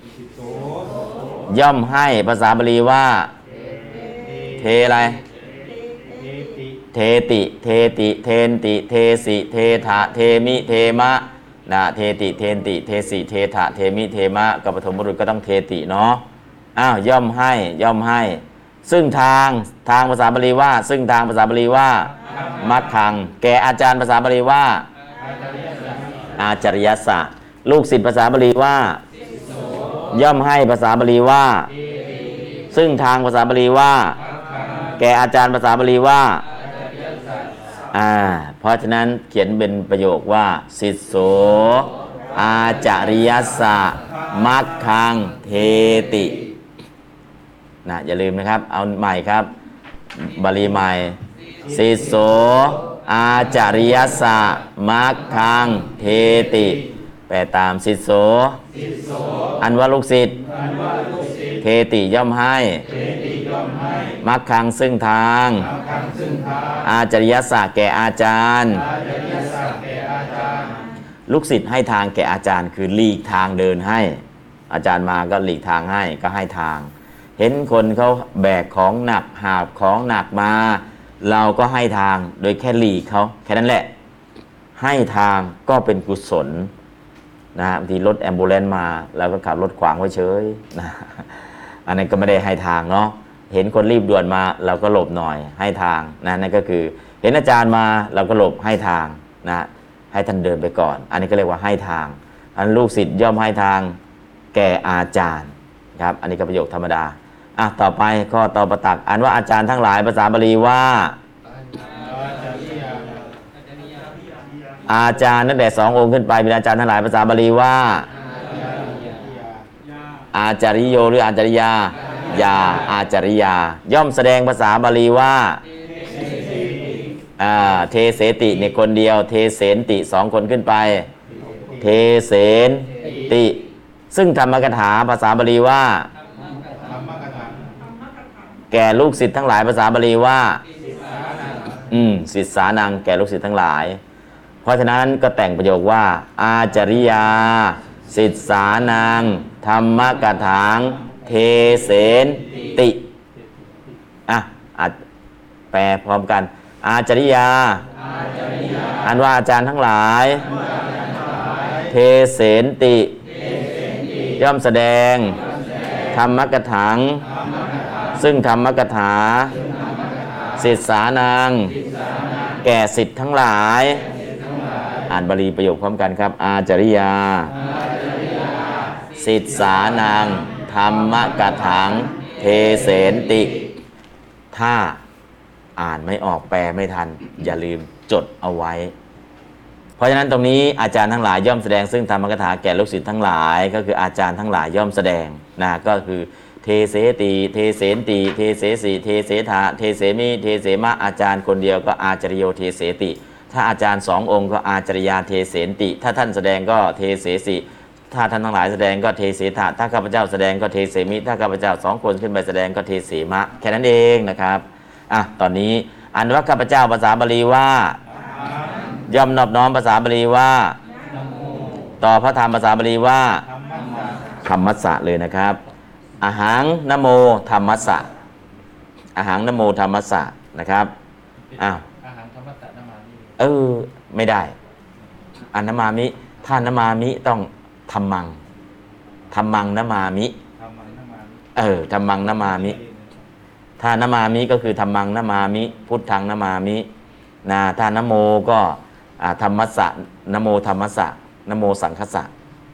Speaker 3: ย่อมให้ภาษาบาลีว่าเทอะไรเทติเทติเทนติเทสิเทถะเทมิเทมะนะเทติเทนติเทสิเทถะเทมิเทมะกับปฐมบุรุษก็ต้องเทติเนาะอ้าวย่อมให้ย่อมให้ซึ่งทางทางภาษาบาลีว่าซึ่งทางภาษาบาลีว่ามัคคังแก่อาจารย์ภาษาบาลีว่าอาจาริยสะลูกศิษย์ภาษาบาลีว่าย่อมให้ภาษาบาลีว่าซึ่งทางภาษาบาลีว่าแก่อาจารย์ภาษาบาลีว่าอ่าเพราะฉะนั้นเขียนเป็นประโยคว่าศิษโสอาจาริยสะมัคคังเทตินะอย่าลืมนะครับเอาใหม่ครับบาลีใหม่ศิษโสอาจาริยสะมัคคังเทติแปลตามศิษโสอันว่าลูกศิษย์เทติย่อมให้มัคคังซึ่งทางอาจาริยสะแก่อาจารย์ลูกศิษย์ให้ทางแก่อาจารย์คือหลีกทางเดินให้อาจารย์มาก็หลีกทางให้ก็ให้ทางเห็นคนเขาแบกของหนักหาบของหนักมาเราก็ให้ทางโดยแค่หลีกเขาแค่นั้นแหละให้ทางก็เป็นกุศลนะฮะบางทีรถแอมบูเลนซ์มาเราก็ขับรถขวางไว้เฉยนะอันนั้นก็ไม่ได้ให้ทางเนาะเห็นคนรีบด่วนมาเราก็หลบหน่อยให้ทางนะนั่นก็คือเห็นอาจารย์มาเราก็หลบให้ทางนะให้ท่านเดินไปก่อนอันนี้ก็เรียกว่าให้ทางอันลูกศิษย์ย่อมให้ทางแก่อาจารย์ครับอันนี้ก็ประโยคธรรมดาอ่ะต่อไปข้อต่อประตักอันว่าอาจารย์ทั้งหลายภาษาบาลีว่าอาจารย์ตั้งแต่สององค์ขึ้นไปเป็นอาจารย์ทั้งหลายภาษาบาลีว่าอาจาริโยหรืออาจาริยายาอาจาริยาย่อมแสดงภาษาบาลีว่าอ่าเทเสติเนี่ยคนเดียวเทเสนติสองคนขึ้นไปเทเสนติซึ่งธรรมกถาภาษาบาลีว่าแก่ลูกศิษย์ทั้งหลายภาษาบาลีว่าอืมศิษสานังแก่ลูกศิษย์ทั้งหลายเพราะฉะนั้นก็แต่งประโยคว่าอาจาริยาศิษสานังธรรมกถางเทเสนติอ่ะอ่ะแปลพร้อมกันอาจาริยาอันว่าอาจารย์ทั้งหลายเทเสนติย่อมแสดงธรรมกถางซึ่งธรรมกถาศิษสานังแก่ศิษย์ทั้งหลายอ่านบาลีประโยคพร้อมกันครับอาจาริยาศิษสานังธรรมกถางเทเสนติถ้าอ่านไม่ออกแปลไม่ทันอย่าลืมจดเอาไว้เพราะฉะนั้นตรงนี้อาจารย์ทั้งหลายย่อมแสดงซึ่งธรรมกถาแก่ลูกศิษย์ทั้งหลายก็คืออาจารย์ทั้งหลายย่อมแสดงนะก็คือเทเสติเทเสนติเทเสสีเทเสธาเทเสมิเทเสมะอาจารย์คนเดียวก็อาจาริโยเทเสติถ้าอาจารย์สององค์ก็อาจาริยาเทเสนติถ้าท่านแสดงก็เทเสสิถ้าท่านทั้งหลายแสดงก็เทเสธาถ้าข้าพเจ้าแสดงก็เทเสมิถ้าข้าพเจ้าสองคนขึ้นไปแสดงก็เทเสมะแค่นั้นเองนะครับอ่ะตอนนี้อันว่าข้าพเจ้าภาษาบาลีว่าย่อมนอบน้อมภาษาบาลีว่าต่อพระธรรมภาษาบาลีว่าธรรมัสสะเลยนะครับอาหังนโมธรรมัสสะอาหังนโมธรรมัสสะนะครับอ้าว
Speaker 4: อาหารธรรมตะนามามิ
Speaker 3: เออไม่ได้อันนมามิถ้านมามิต้องธรรมังธรรมังนมามิ
Speaker 4: ธรรมังนามามิ
Speaker 3: เออธรรมังนมามิถ้านมามิก็คือธรรมังนมามิพุทธังนมามินะถ้านโมก็ธรรมัสสะนโมธรรมัสสะนโมสังคัสสะ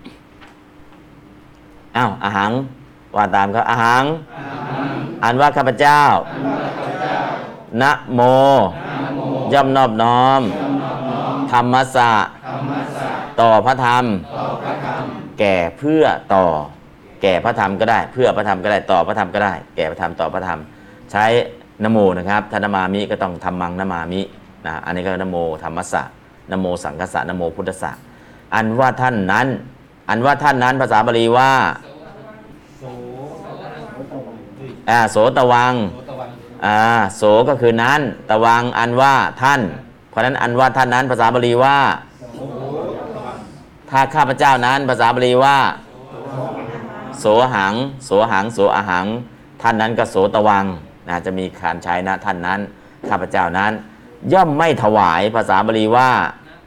Speaker 3: อ้าวอาหังว่าตามครับอาหังอันว่าข้าพเจ้านะโมย่อมนอบน้อมธรรมัสสะต่อพระธรรมแก่เพื่อต่อแก่พระธรรมก็ได้เพื่อพระธรรมก็ได้ต่อพระธรรมก็ได้แก่พระธรรมต่อพระธรรมใช้นโมนะครับถ้านมามิก็ต้องธรรมังนมามินะอันนี้ก็นโมธรรมัสสะนโมสังคัสสะนโมพุทธัสสะอันว่าท่านนั้นอันว่าท่านนั้นภาษาบาลีว่าอ่าโสตวังอ่าโสก็คือนั้นตวังอันว่าท่านเพราะนั้นอันว่าท่านนั้นภาษาบาลีว่าถ้าข้าพเจ้านั้นภาษาบาลีว่าโสหังโสหังโสอาหังท่านนั้นก็โสตวังนะจะมีการใช้นะท่านนั้นข้าพเจ้านั้นย่อมไม่ถวายภาษาบาลีว่า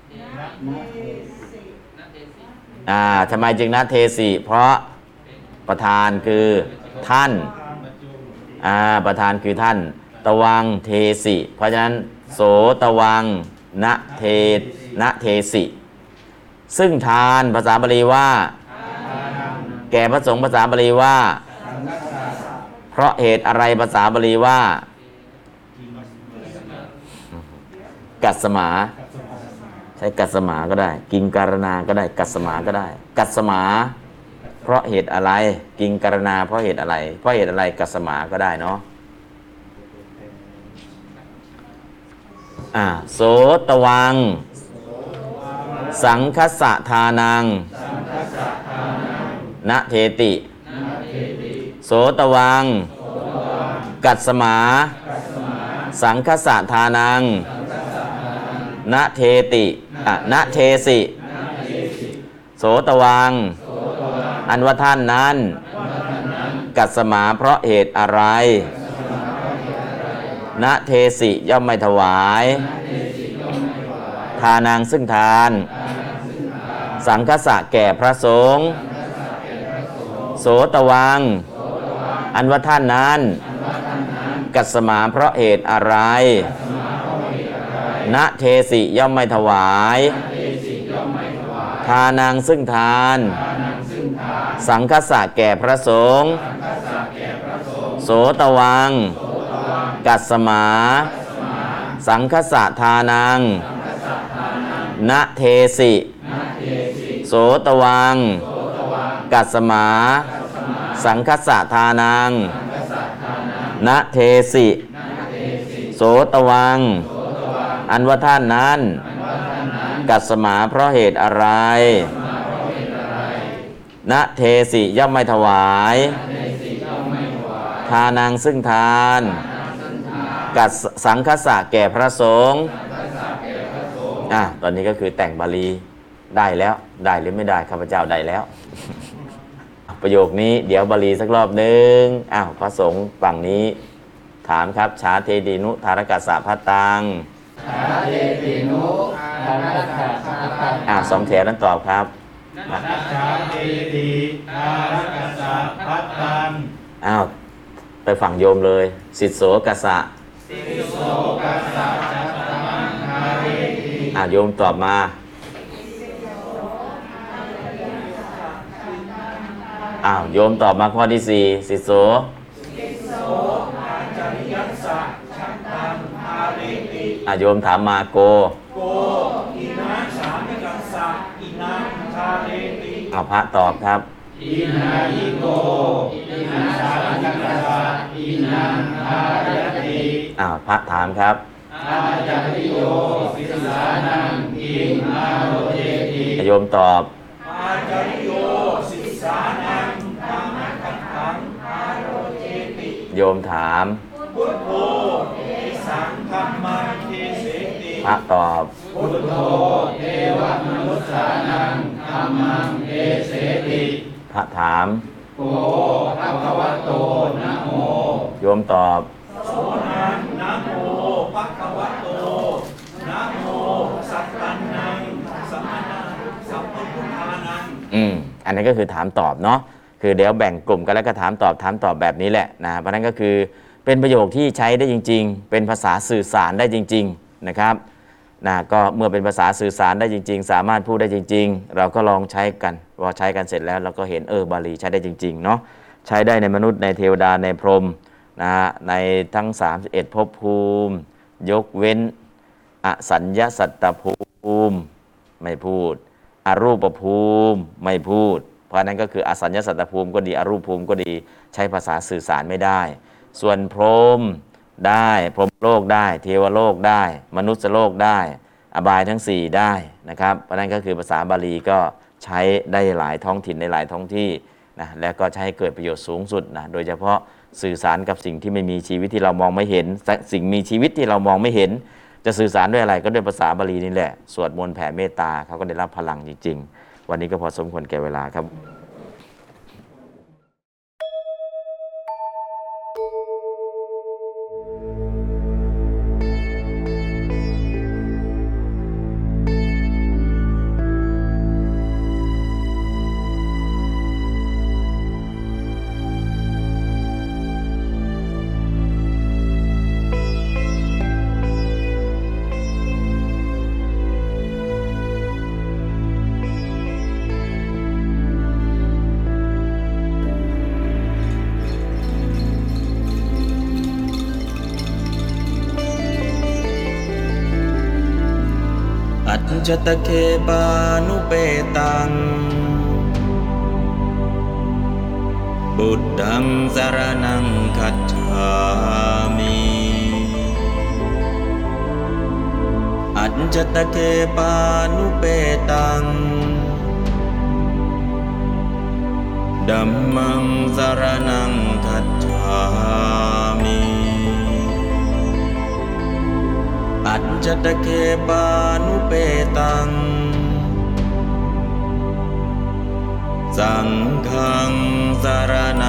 Speaker 3: อ่าทำไมจึงนะเทสิเพราะประธานคือท่านอ่าประธานคือท่านตวังเทสิเพราะฉะนั้นโสตวังนะเทนะเทสิซึ่งทานภาษาบาลีว่าแก่พระสงฆ์ภาษาบาลีว่าเพราะเหตุอะไรภาษาบาลีว่ากัสสมาใช้กัสสมาก็ได้กิงการณาก็ได้กัสสมาก็ได้กัสสมาเพราะเหตุอะไรกิงการณาเพราะเหตุอะไรเพราะเหตุอะไรกัสสมาก็ได้เนาะอ่าโสตวังสังคัสสะทานังนะเทติโสตวังกัสสมาสังคัสสะทานังนะเทติอ่ะนะเทสิโสตวังอันว่าท่านนั้นกัสสมาเพราะเหตุอะไรนะเทสิย่อมไม่ถวายทานังซึ่งทานสังคัสสะแก่พระสงฆ์โสตวังอันว่าท่านนั้นกัสสมาเพราะเหตุอะไรนะเทสิย่อมไม่ถวายทานังซึ่งทานสังคัสสะแก่พระสงฆ์โสตวังกัสสมาสังคัสสะทานังนะเทสิโสตวังกัสสมาสังคัสสะทานังนะเทสิโสตวังอันว่าท่านนั้นกัสสมาเพราะเหตุอะไรนะเทสิย่อมไม่ถวายทานังซึ่งทานกัสสังคสะแก่พระสงฆ์อ่ะตอนนี้ก็คือแต่งบาลีได้แล้วได้หรือไม่ได้ข้าพเจ้าได้แล้ว ประโยคนี้เดี๋ยวบาลีสักรอบหนึ่งอ้าวพระสงฆ์ฝั่งนี้ถามครับชาเทตินุธารกัสสะพัตตังชาเทตินุธารกัสสะพัตตังอ่าสองแถวนั้นตอบครับ
Speaker 4: นัชชาเทติธารกัสสะพัตตัง
Speaker 3: อ้าวไปฝั่งโยมเลยสิทโสกัสสะ
Speaker 4: สิทโสกัสสะจัตตังทาเรติ
Speaker 3: อ่าโยมตอบมาอ้าวโยมตอบมาข้อที่สี่สิทโส
Speaker 4: สิทโสอาจาริยัสสะชัตตังทาเรติ
Speaker 3: อ่าโยมถามมาโก
Speaker 4: โกอินาสามิกัสสะอินังทาเรติ
Speaker 3: อ่าพระตอบครับ
Speaker 4: อินายิโกอินาสามิกัสสะอินังทารติ
Speaker 3: อ่าพระถามครับ
Speaker 4: อาจาริโยสิสานังอิงอาโรเจติ
Speaker 3: โยมตอบ
Speaker 4: อาจาริโยสิสานังธรรมกัตถังอาโรเจติ
Speaker 3: โยมถาม
Speaker 4: พุทโธเทสังธัมมังเทเสติ
Speaker 3: พระตอบ
Speaker 4: พุทโธเทวมนุสสานังธัมมังเทเสติ
Speaker 3: พระถาม
Speaker 4: โอภะคะวะโตนะโม
Speaker 3: โยมตอบ
Speaker 4: โสนังนะโมภะคะวะโตนะโมสัตตันนังสัมมานังสัมพุทธานัง
Speaker 3: อืมอันนี้ก็คือถามตอบเนาะคือเดี๋ยวแบ่งกลุ่มกันแล้วก็ถามตอบถามตอบแบบนี้แหละนะเพราะนั้นก็คือเป็นประโยคที่ใช้ได้จริงๆเป็นภาษาสื่อสารได้จริงๆนะครับนะก็เมื่อเป็นภาษาสื่อสารได้จริงๆสามารถพูดได้จริงๆเราก็ลองใช้กันพอใช้กันเสร็จแล้วเราก็เห็นเออบาลีใช้ได้จริงๆเนาะใช้ได้ในมนุษย์ในเทวดาในพรหมนะในทั้งสามสิบเอ็ดภพภูมิยกเว้นอสัญญสัตตภูมิไม่พูดอรูปภูมิไม่พูดเพราะนั้นก็คืออสัญญสัตตภูมิก็ดีอรูปภูมิก็ดีใช้ภาษาสื่อสารไม่ได้ส่วนพรหมได้พรหมโลกได้เทวโลกได้มนุษย์โลกได้อบายทั้งสี่ได้นะครับเพราะนั้นก็คือภาษาบาลีก็ใช้ได้หลายท้องถิ่นในหลายท้องที่นะและก็ใช้ให้เกิดประโยชน์สูงสุดนะโดยเฉพาะสื่อสารกับสิ่งที่ไม่มีชีวิตที่เรามองไม่เห็นสิ่งมีชีวิตที่เรามองไม่เห็นจะสื่อสารด้วยอะไรก็ด้วยภาษาบาลีนี่แหละสวดมนต์แผ่เมตตาเขาก็ได้รับพลังจริงๆวันนี้ก็พอสมควรแก่เวลาครับจตเคปานุเปตังบุตตังสรณังคัจฉามิอัจจตเคปานุเปตังธัมมังสรณังคัจฉามิอัจจตเคปานุเปตังสังฆังสรณ